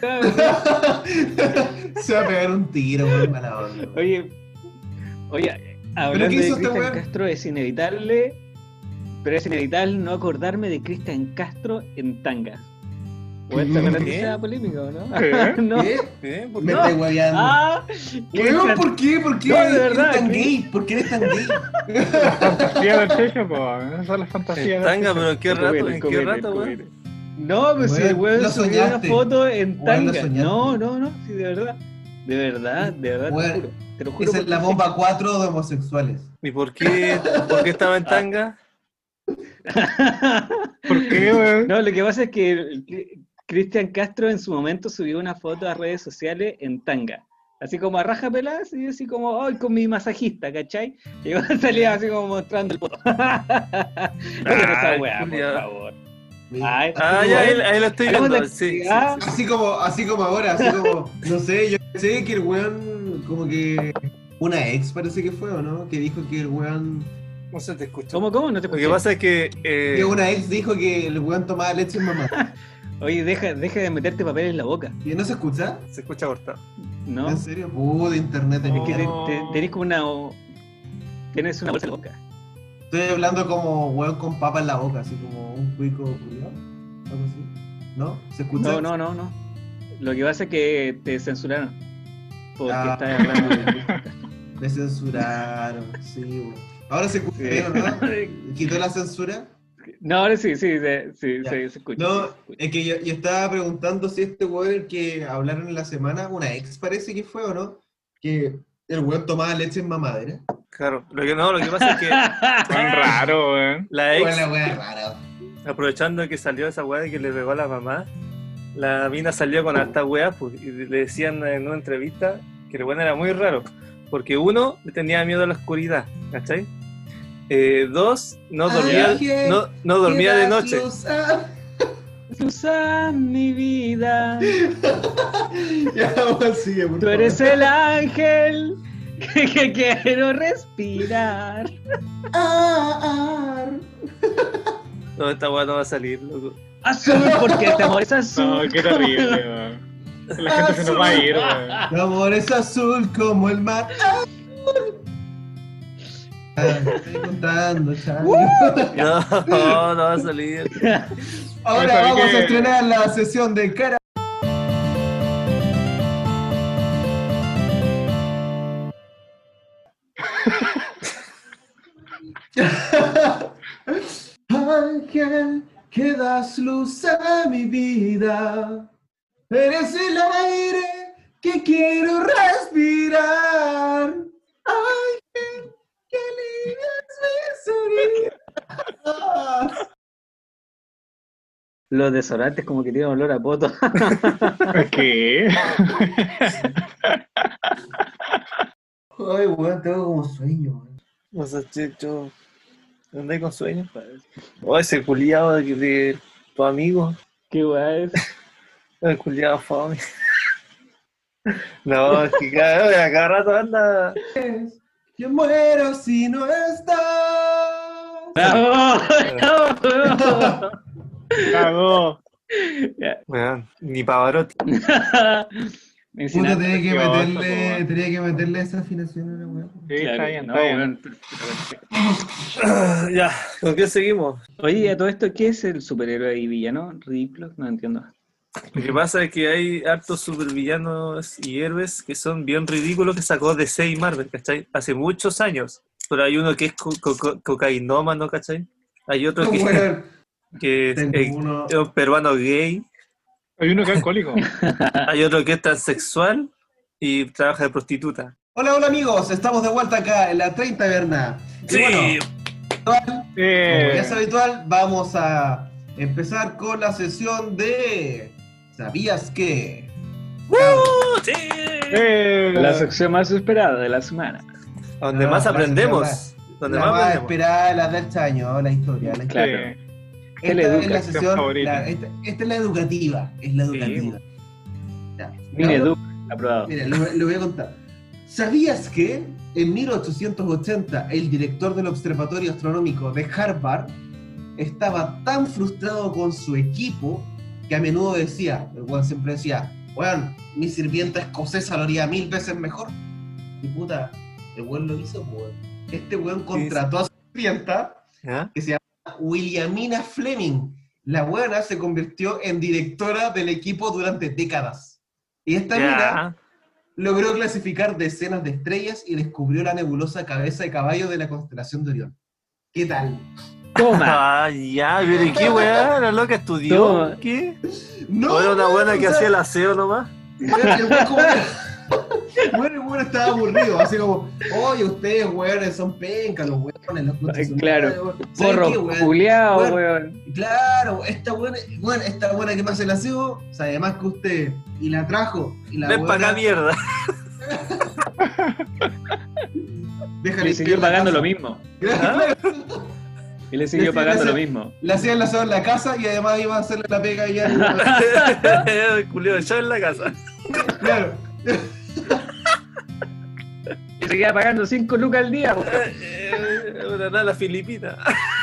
Se va a pegar un tiro, weón, mala onda. weón. Oye, oye, hablando qué de hizo este Cristian weón? Castro es inevitable, pero es inevitable no acordarme de Cristian Castro en tangas. ¿O esta ¿Qué? noticia polémica o no? ¿Qué? no. ¿Qué? ¿Eh? ¿Por Me qué? estáis hueveando. Ah, Weón, Cristian- ¿por qué? ¿Por qué? No, de ¿Eres verdad, tan Cris- gay? ¿Por qué eres tan gay? Fantasía del Checho, pues. Esas son las fantasías En del tanga, Checho. pero ¿en qué rato? Copete, ¿En qué copete, rato, copete. weón? No, pues si el Weón, weón lo subió una soñaste. foto en Weón, lo tanga. soñaste. No, no, no, sí, de verdad. De verdad, de verdad, te Weón, lo juro. Te lo juro. Esa es por la mi bomba cuatro de homosexuales. ¿Y por qué, por qué estaba en tanga? ¿Por qué, weón? No, lo que pasa es que el- Cristian Castro en su momento subió una foto a redes sociales en tanga. Así como a raja pelada, así, así como, ay, con mi masajista, ¿cachai? Y igual salía así como mostrando el poto. No quiero esa Ay, weá, por culiao. favor. Mira. Ay, Ah, ya, ahí, ahí lo estoy Hagamos viendo. la Sí, sí, actividad. sí. Así como, así como ahora, así como, no sé, yo sé que el weón, como que una ex parece que fue, ¿o no? Que dijo que el weón, No se te escucha. ¿Cómo, cómo? No te Lo que escuché. pasa es que. eh, que una ex dijo que el weón tomaba leche en mamá. Oye, deja, deja de meterte papel en la boca, ¿Y no se escucha? se escucha cortado. ¿no? ¿En serio? Uh, de internet. Es que te, No. te- tenés como una... Tienes una bolsa en la boca. Estoy hablando como weón con papa en la boca, así como un cuico culiao, algo así. ¿No? ¿Se escucha? No, no, no, no. Lo que pasa es que te censuraron. Porque Ah. estás hablando de... Me censuraron, sí, weón. Ahora se escucha Sí. bien, ¿no? ¿Quitó la censura? No, ahora sí, sí, se, sí, Ya. se, se escucha. No, sí, se escucha. es que yo, yo estaba preguntando si este weón el que hablaron en la semana, una ex parece que fue o no, que el weón tomaba leche en mamadera. Claro. Lo que no, lo que pasa es que Tan raro, weón. la ex, Bueno, la weá rara. aprovechando que salió esa weá de que le pegó a la mamá, la mina salió con harta weá, pues, y le decían en una entrevista que el weón era muy raro, porque uno, le tenía miedo a la oscuridad, ¿cachai? Eh, dos, no dormía, Ángel, no, no dormía de noche. Usa mi vida. Ya, weón, sigue, por Tú favor. eres el ángel que, que quiero respirar. Ah, ah. No, esta weá no va a salir, loco. Azul porque este amor es azul. No, qué terrible, weón. La gente se nos va a ir, weón. Tu amor es azul como el mar. ¿qué estoy contando, chaval? No, no, no va a salir. Ahora ¿Sabes vamos qué? a estrenar la sesión de cara. Ángel, que das luz a mi vida. Eres el aire que quiero respirar. Ángel, que alivias mis heridas. Los desodorantes como que tienen olor a poto. ¿Qué? Ay, weón, tengo como sueño, weón. O sea, chicho, ¿andai con sueños? O ese culiado de, de tu amigo, Qué guay es. el culiado fome. No, es que cada, a cada rato anda. Yo muero si no estás. ¡Bravo! ¡Bravo! Cagó. Ya. Weón, ni Pavarotti. Me Puta, insinuaste tenía que qué oso, meterle, po. tenía que meterle esa afinación a la weón. Sí, Claro, está bien, no, está bien. weón, perfecto. Ah, ya, ¿con qué seguimos? Oye, a todo esto, ¿qué es el superhéroe y villano? Ridículo, no entiendo. Lo que pasa es que hay hartos supervillanos y héroes que son bien ridículos que sacó D C y Marvel, ¿cachai? Hace muchos años. Pero hay uno que es co co co cocainómano, ¿cachai? Hay otro que, Weón, que es, tengo es- uno. es un peruano gay. Hay uno que es alcohólico. Hay otro que es transexual y trabaja de prostituta. Hola, hola amigos, estamos de vuelta acá en la treinta Taberna. Y Sí. bueno, habitual, como Eh, ya es habitual, vamos a empezar con la sesión de ¿Sabías que? ¡Uh! ¡Sí! eh, La sección más esperada de la semana. Donde No, más la- aprendemos. Donde La más más aprendemos. esperada, la del este año, la historia. La historia. Claro. sí. ¿Qué le Esta es educa? la sesión, favorita. la- esta, esta es la educativa, es la Sí. educativa. Ya. Mire, Vamos- Duke, aprobado. Mira, lo, lo voy a contar. ¿Sabías que en mil ochocientos ochenta el director del Observatorio Astronómico de Harvard estaba tan frustrado con su equipo que a menudo decía, el weón siempre decía, weón, mi sirvienta escocesa lo haría mil veces mejor? Y puta, el weón lo hizo, weón. Este weón contrató a su sirvienta, ¿Ya? que se llama Williamina Fleming. La buena se convirtió en directora del equipo durante décadas. Y esta mina Ya. logró clasificar decenas de estrellas y descubrió la nebulosa cabeza de caballo de la constelación de Orión. ¿Qué tal? Toma. Ah, ya, pero ¿y qué weá? ¿La loca estudió? Toma. ¿Qué? No, ¿O era una buena que o sea, hacía el aseo nomás? Bueno, el weón como- bueno, el weón estaba aburrido, así como, oye, ustedes, weones, son pencas, los weones, los conchas su Claro. madre, weón. ¿Saben qué, Porro, weón? culiao, Weón, weón. Claro, esta buena, bueno, esta buena que me hace el aseo, sabe más que usted, y la trajo, y la Ven para acá, buena, mierda. déjale Y siguió limpiar la pagando casa. lo mismo. Claro. Y le siguió Le- pagando le- lo mismo. Le hacían el aseo en la casa y además iba a hacerle la pega ya. El culio ya en la casa. Claro. Y seguía pagando cinco lucas al día, weón. Eh, Una nana filipina.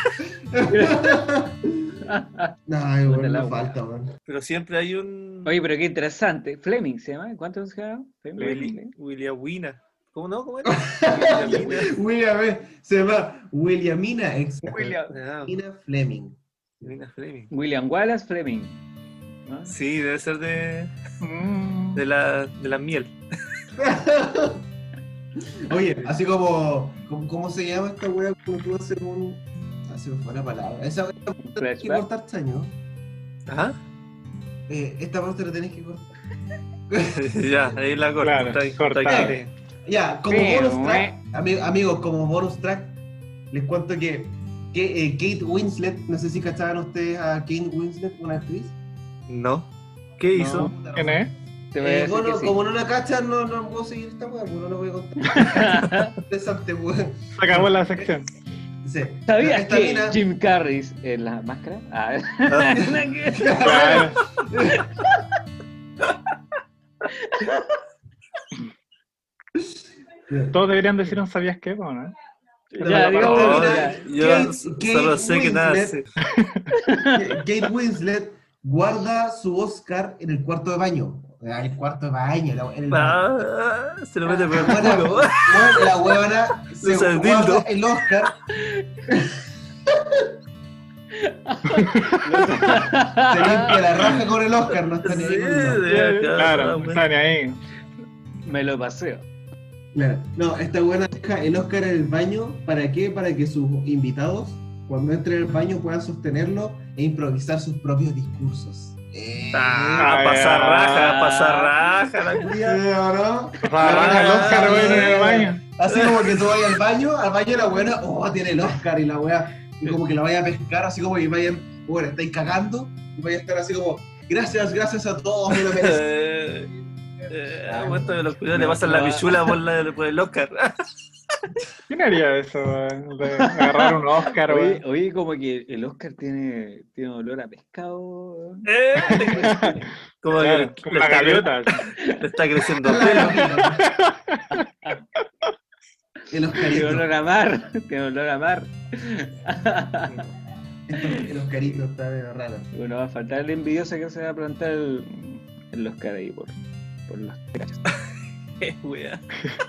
Ay, Puta bueno, la no wea. falta, weón. Pero siempre hay un. Oye, pero qué interesante. Fleming se llama. ¿Cuánto se llama? Willy- William Wina. ¿Cómo no? ¿Cómo era? Williamina. William, eh, se llama Williamina ex William. Ah, Williamina Fleming. William Fleming. William Wallace Fleming. ¿no? Sí, debe ser de, Mm. de, la, de la miel. Oye, así como, como- ¿cómo se llama esta wea cuando tú haces un. Ah, se me fue la palabra. Esa wea tienes que Flashback. cortar chaño. Ajá. Eh, esta parte la tenés que cortar. Ya, ahí la corto. Claro, está ahí, corta. está ahí. Ya, como Pero, bonus track, ami- amigos, como bonus track, les cuento que, que eh, Kate Winslet, no sé si cachaban ustedes a Kate Winslet, una actriz. No. ¿Qué hizo? No. ¿Quién es? Te voy a Eh, decir bueno, que sí. como no la cachan, no, no puedo seguir esta weá, pues no lo voy a contar. Interesante, weón. Se acabó la sección. Dice, ¿Sabías esta que mina- Jim Carrey en la máscara? Ah, Claro. Todos deberían decir un sabías qué, ¿o ¿no? Ya, digamos, No, ya. yo Kate- solo Kate sé que nada Winslet. sé. Kate Winslet guarda su Oscar en el cuarto de baño. Ah, el cuarto de baño, la, en el Ah, se lo mete por el Bueno, culo. bueno, la huevona se Usa el guarda dildo. el Oscar. Se limpia la raja con el Oscar, no está ni ahí con el Oscar. Sí, Claro, claro, no está ni ahí. Me lo paseo. Claro. No, esta buena deja el Oscar en el baño. ¿Para qué? Para que sus invitados, cuando entren al baño, puedan sostenerlo e improvisar sus propios discursos. Eh, Ah, a pasar raja, a pasar raja, la ¿sí culia. o no? Raja el Oscar, weón, en el baño. Así como que tú vayas al baño, al baño la buena, oh, tiene el Oscar y la wea, y como que la vaya a pescar, así como que vayan, bueno, estáis cagando, y vaya a estar así como, gracias, gracias a todos, me lo merezco. Eh, eh, a momento de los culiados le pasan la pichula por, la, por el Oscar. ¿Quién haría eso, weón? De agarrar un Oscar, Oye, weón. oye, como que el Oscar tiene, tiene olor a pescado. weón. Eh, como Claro, que como le una está, gaviota. le está creciendo pelo. El Tiene Oscarito, olor a mar. Tiene olor a mar. el Oscarito está medio raro. Bueno, va a faltar el envidioso que se va a plantar el, el Oscar ahí por, por los cachos. Eh, wea.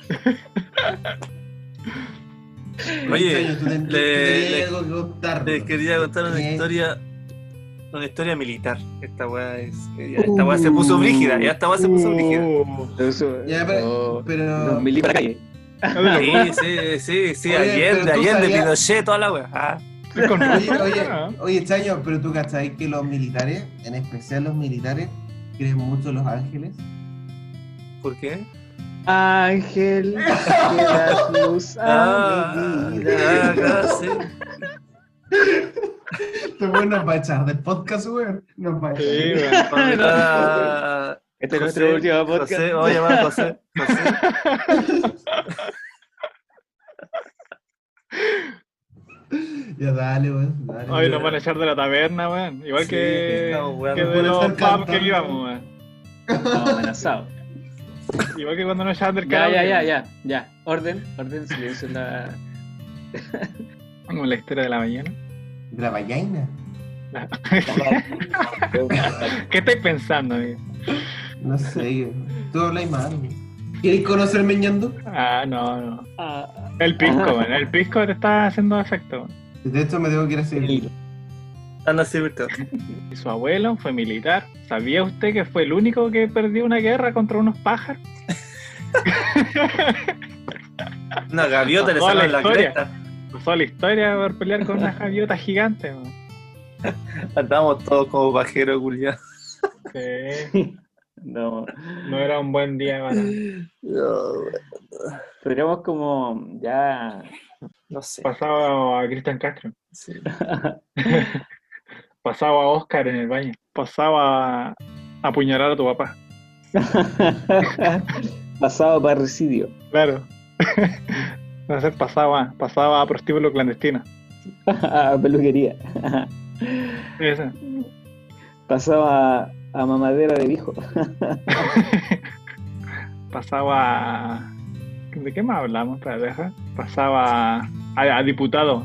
Oye, Oye, tú, ten- tú le- tenías le- algo que contar. les quería contar una Eh. historia. Una historia militar. Esta weá es. Esta weá se puso brígida. Ya esta weá se puso brígida. Uh, Eso, Ya, pero- no, pero- Los mili para la calle. Sí, sí, sí, sí. Oye, Allende, pero tú Allende, sabías- Pinochet, toda la weá. Ah. es con Oye, Rusia, oye, ¿no? oye, Chaño, pero tú cachai que los militares, en especial los militares, creen mucho en los ángeles. ¿Por qué? Ángel, que das luz a Ah, mi vida. ah, sí. Este weón nos va a echar del podcast, weón. Nos va a echar. Sí, weón. Para invitar a Este es José, nuestro último podcast. José, voy a llamar a José. José. Ya dale, weón. Dale. Hoy nos van a echar de la taberna, weón. Igual Sí, que, no, weón, que no de puede los estar pubs cantando. que íbamos, weón. Estamos amenazados. Igual que cuando nos echaban del Ya, karaoke. ya, ya, ya, ya. Orden, orden, silencio en la. Como la historia de la mañana. De la vallaina. ¿Qué estáis pensando, amigo? No sé, tú hablas mal, weón. ¿Quieres conocerme ñando? Ah, no, no. Ah, El pisco, weón. El pisco te está haciendo efecto, weón. De hecho, me tengo que ir a hacer el Anda así, Víctor. Y su abuelo fue militar. ¿Sabía usted que fue el único que perdió una guerra contra unos pájaros? Una gaviota le Toda la sacaron la historia. cresta. Pasó la historia por pelear con una gaviota gigante, weón. Andamos todos como pajeros, culiados. Sí, no. no era un buen día para... Podríamos como ya. No sé. Pasaba a Cristian Castro. Sí. Pasaba a Oscar en el baño. Pasaba a apuñalar a tu papá. Pasado parricidio. Claro. No sé, pasaba, pasaba a prostíbulo clandestino. Peluquería. Esa. Pasaba a mamadera de hijo. Pasaba a... ¿De qué más hablamos? Para dejar. Pasaba a, a diputado.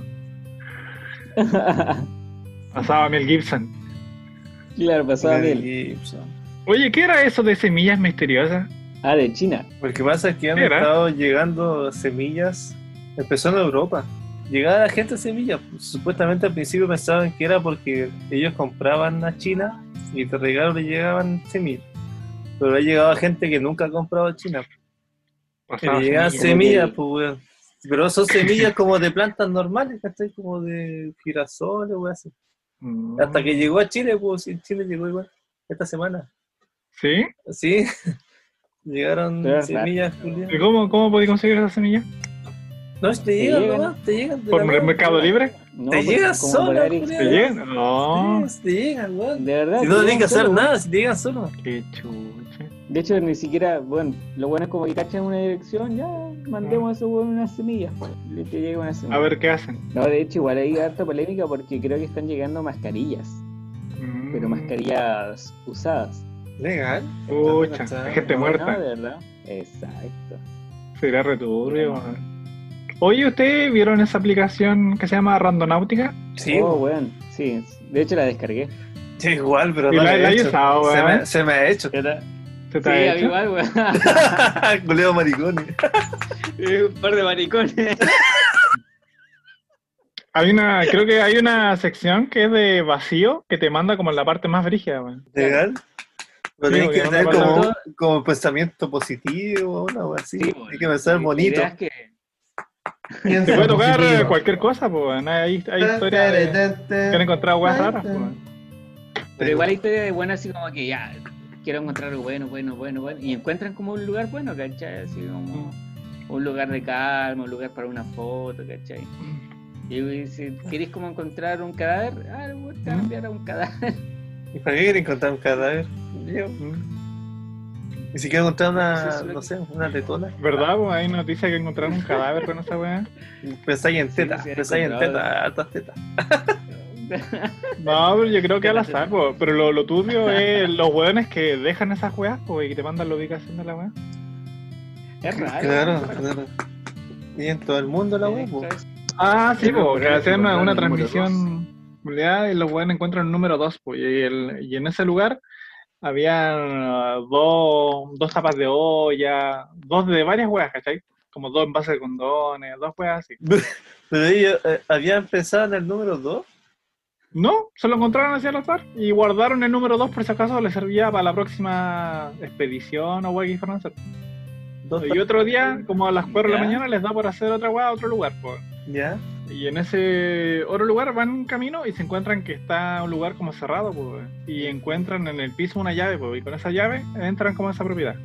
Pasaba a Mel Gibson. Claro, pasaba a Mel él. Gibson. Oye, ¿qué era eso de semillas misteriosas? Ah, de China. Lo que pasa es que han ¿Qué era? estado llegando semillas. Empezó en Europa. Llegaba la gente a semillas. Supuestamente al principio pensaban que era porque ellos compraban a China y de regalo le llegaban semillas. Pero ha llegado gente que nunca ha comprado a China. Que Pasaba le llegaban semillas. semillas, pues, weón. Pero son semillas como de plantas normales, ¿cachai? Como de girasoles, weón, así. Mm. Hasta que llegó a Chile, pues, sí, Chile llegó igual. Esta semana. ¿Sí? Sí. Llegaron Pero, semillas, ¿Y Julián. cómo, cómo podéis conseguir esas semillas? No, te Te llegan, llegan. nomás, te llegan. de ¿Por la el mano. Mercado Libre? No, Te pues, llegas como sola, por Julián. AliExpress. ¿Te llegan? No. Sí, te llegan, weón. De verdad. Si te no llegan tienes que hacer solo, nada, si te llegan solo. Qué chucha. De hecho, ni siquiera, bueno, lo bueno es como que cachan una dirección, ya mandemos a esos huevos unas semillas, pues, le te llega una semilla. A ver qué hacen. No, de hecho, igual hay harta polémica porque creo que están llegando mascarillas, Mm. pero mascarillas usadas. Legal. Pucha, hay gente No, muerta. de verdad. Exacto. Sería returbio. weón. Oye, ¿ustedes vieron esa aplicación que se llama Randonáutica? Sí, oh, weón. weón, sí, de hecho la descargué. Sí, igual, pero Y no la- la he la he hecho. usado, se, weón. me, se me ha hecho. Era- ¿Se te Sí, ha a mí hecho? igual, weón. Culeo maricones. Eh, Un par de maricones. Hay una, creo que hay una sección que es de vacío que te manda como en la parte más brígida, weón. ¿Legal? Pero Sí, tienes porque que no tener me como, pasó. como pensamiento positivo o una wea así. Sí, Hay que pensar y- bonito. ideas que... Piensa Te puede tocar positivo. eh, cualquier cosa, pues, weón. Hay, hay historias de, que han encontrado weas raras, pues, weón. Pero igual hay historias de buenas así como que ya, quiero encontrar algo bueno, bueno, bueno, bueno. Y encuentran como un lugar bueno, ¿cachai? Así como un lugar de calma, un lugar para una foto, ¿cachai? Y si queréis como encontrar un cadáver, ah, le voy a cambiar a un cadáver. ¿Y para qué quieren encontrar un cadáver? Yo. Ni siquiera encontrar una, no sé, una tetona. ¿Verdad? Pues hay noticias que encontraron un cadáver con esa weá. Pensáis en Sí, teta, sí, han pensáis en encontrado. teta, altas tetas. No, pero yo creo que al azar, pues. Pero lo, lo turbio es los weones que dejan esas weas, pues, y que te mandan la ubicación de la weá. Es raro. Claro, claro. Y en todo el mundo la web, po. Ah, sí, Sí, pues, pero que hacen una, encontraron una el número transmisión ya, y los weones encuentran el número dos, pues, y, el, y en ese lugar había uh, dos, dos tapas de olla, dos de varias weas, ¿cachai? Como dos envases de condones, dos weas así. Pero ellos eh, habían pensado en el número dos. No, se lo encontraron hacia el azar y guardaron el número dos por si acaso les servía para la próxima expedición o wea que fueron a hacer. Dos Y otro día, como a las cuatro de la Ya. mañana, les da por hacer otra wea a otro lugar, pues. ¿Ya? Y en ese otro lugar van en camino y se encuentran que está un lugar como cerrado, pues, y encuentran en el piso una llave, pues, y con esa llave entran como a esa propiedad.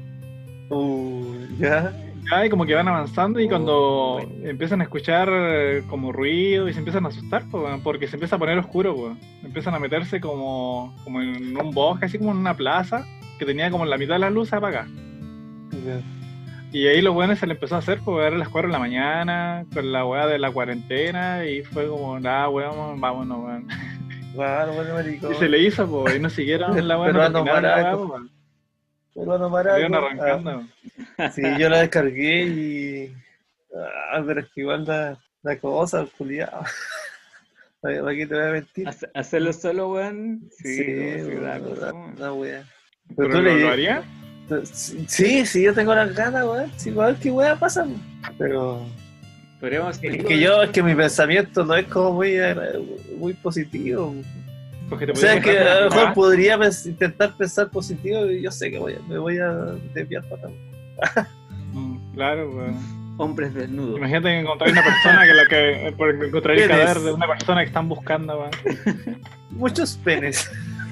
Uh, ya. Ya, y como que van avanzando y Oh, cuando bueno. empiezan a escuchar eh, como ruido y se empiezan a asustar, pues, porque se empieza a poner oscuro, pues. Empiezan a meterse como, como en un bosque, así como en una plaza, que tenía como la mitad de las luces apagadas. Ya. Y ahí los weones se le empezó a hacer, pues era las cuatro de la mañana, con la weá de la cuarentena, y fue como, nada, weón, vámonos, weón. Claro, bueno, maricón. Y se le hizo, pues, y no siguieron la weá, no Peruano terminaron la weá, maraco. pues, weón. Peruano Salieron maraco. arrancando. Ah, sí, yo la descargué y. Ah, pero es que igual da, da cosa, culiado. ¿Para qué te voy a mentir? Hace- Hacerlo solo, weón. Sí, sí, bueno, da da, cosa. da wea. ¿Pero tú lo, le- lo haría? Sí, sí, yo tengo las ganas, weón. Sí, igual que wea pasa. Pero. Podríamos Es que yo, es que mi pensamiento no es como muy, agra- muy positivo. Porque te O sea, podías que a lo comprar- mejor podría pens- intentar pensar positivo y yo sé que voy a- me voy a desviar para atrás. Mm, claro, weón. Hombres desnudos. Imagínate que encontrar una persona que la que por encontrar el ¿Quién cadáver es? de una persona que están buscando, weón. Muchos penes.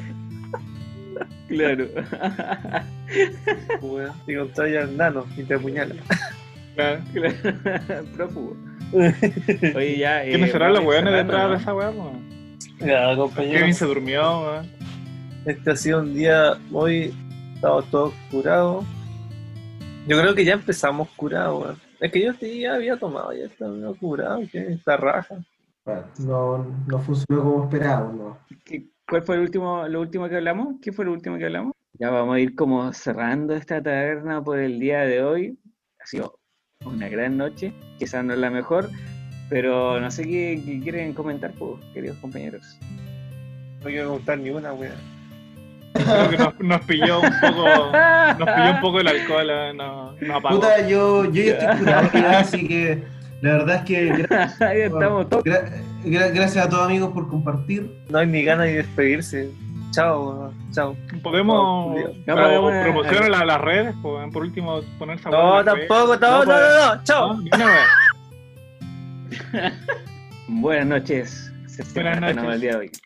Claro. Weón. Y contrae al nano y te apuñala. Claro. Prófugo. Oye, ya. eh, ¿Quiénes serán los vamos weones cerrando, detrás ¿no? de esa weá, weón? Ya, Kevin compañeros, se durmió, weón. este ha sido un día muy. Estamos todos curados. Yo creo que ya empezamos curados, weón. Es que yo este ya había tomado, ya estaba medio curado, que está raja. No, no funcionó como esperábamos, ¿no? ¿Qué- ¿Cuál fue el último, lo último que hablamos? ¿Qué fue lo último que hablamos? Ya vamos a ir como cerrando esta taberna por el día de hoy. Ha sido una gran noche, quizás no es la mejor, pero no sé qué, qué quieren comentar, pues, queridos compañeros. No quiero contar ni una, weón. Creo que nos, nos pilló un poco. Nos pilló un poco el alcohol, eh, no, no apagó. Puta, yo, yo ya estoy curado ya, así que la verdad es que gra- Ahí estamos todos. gra- gra- gracias a todos amigos por compartir. No hay ni ganas de despedirse. Chao, weón. Chao. Podemos. Oh, Julio. No, pero pero una- promocionar la- las redes, pues, weón, por último, poner esa No, weá en las redes. tampoco, no, no, No, no, no, chao. No, ni una weá. Buenas noches. Se Buenas cierra noches. el día de hoy.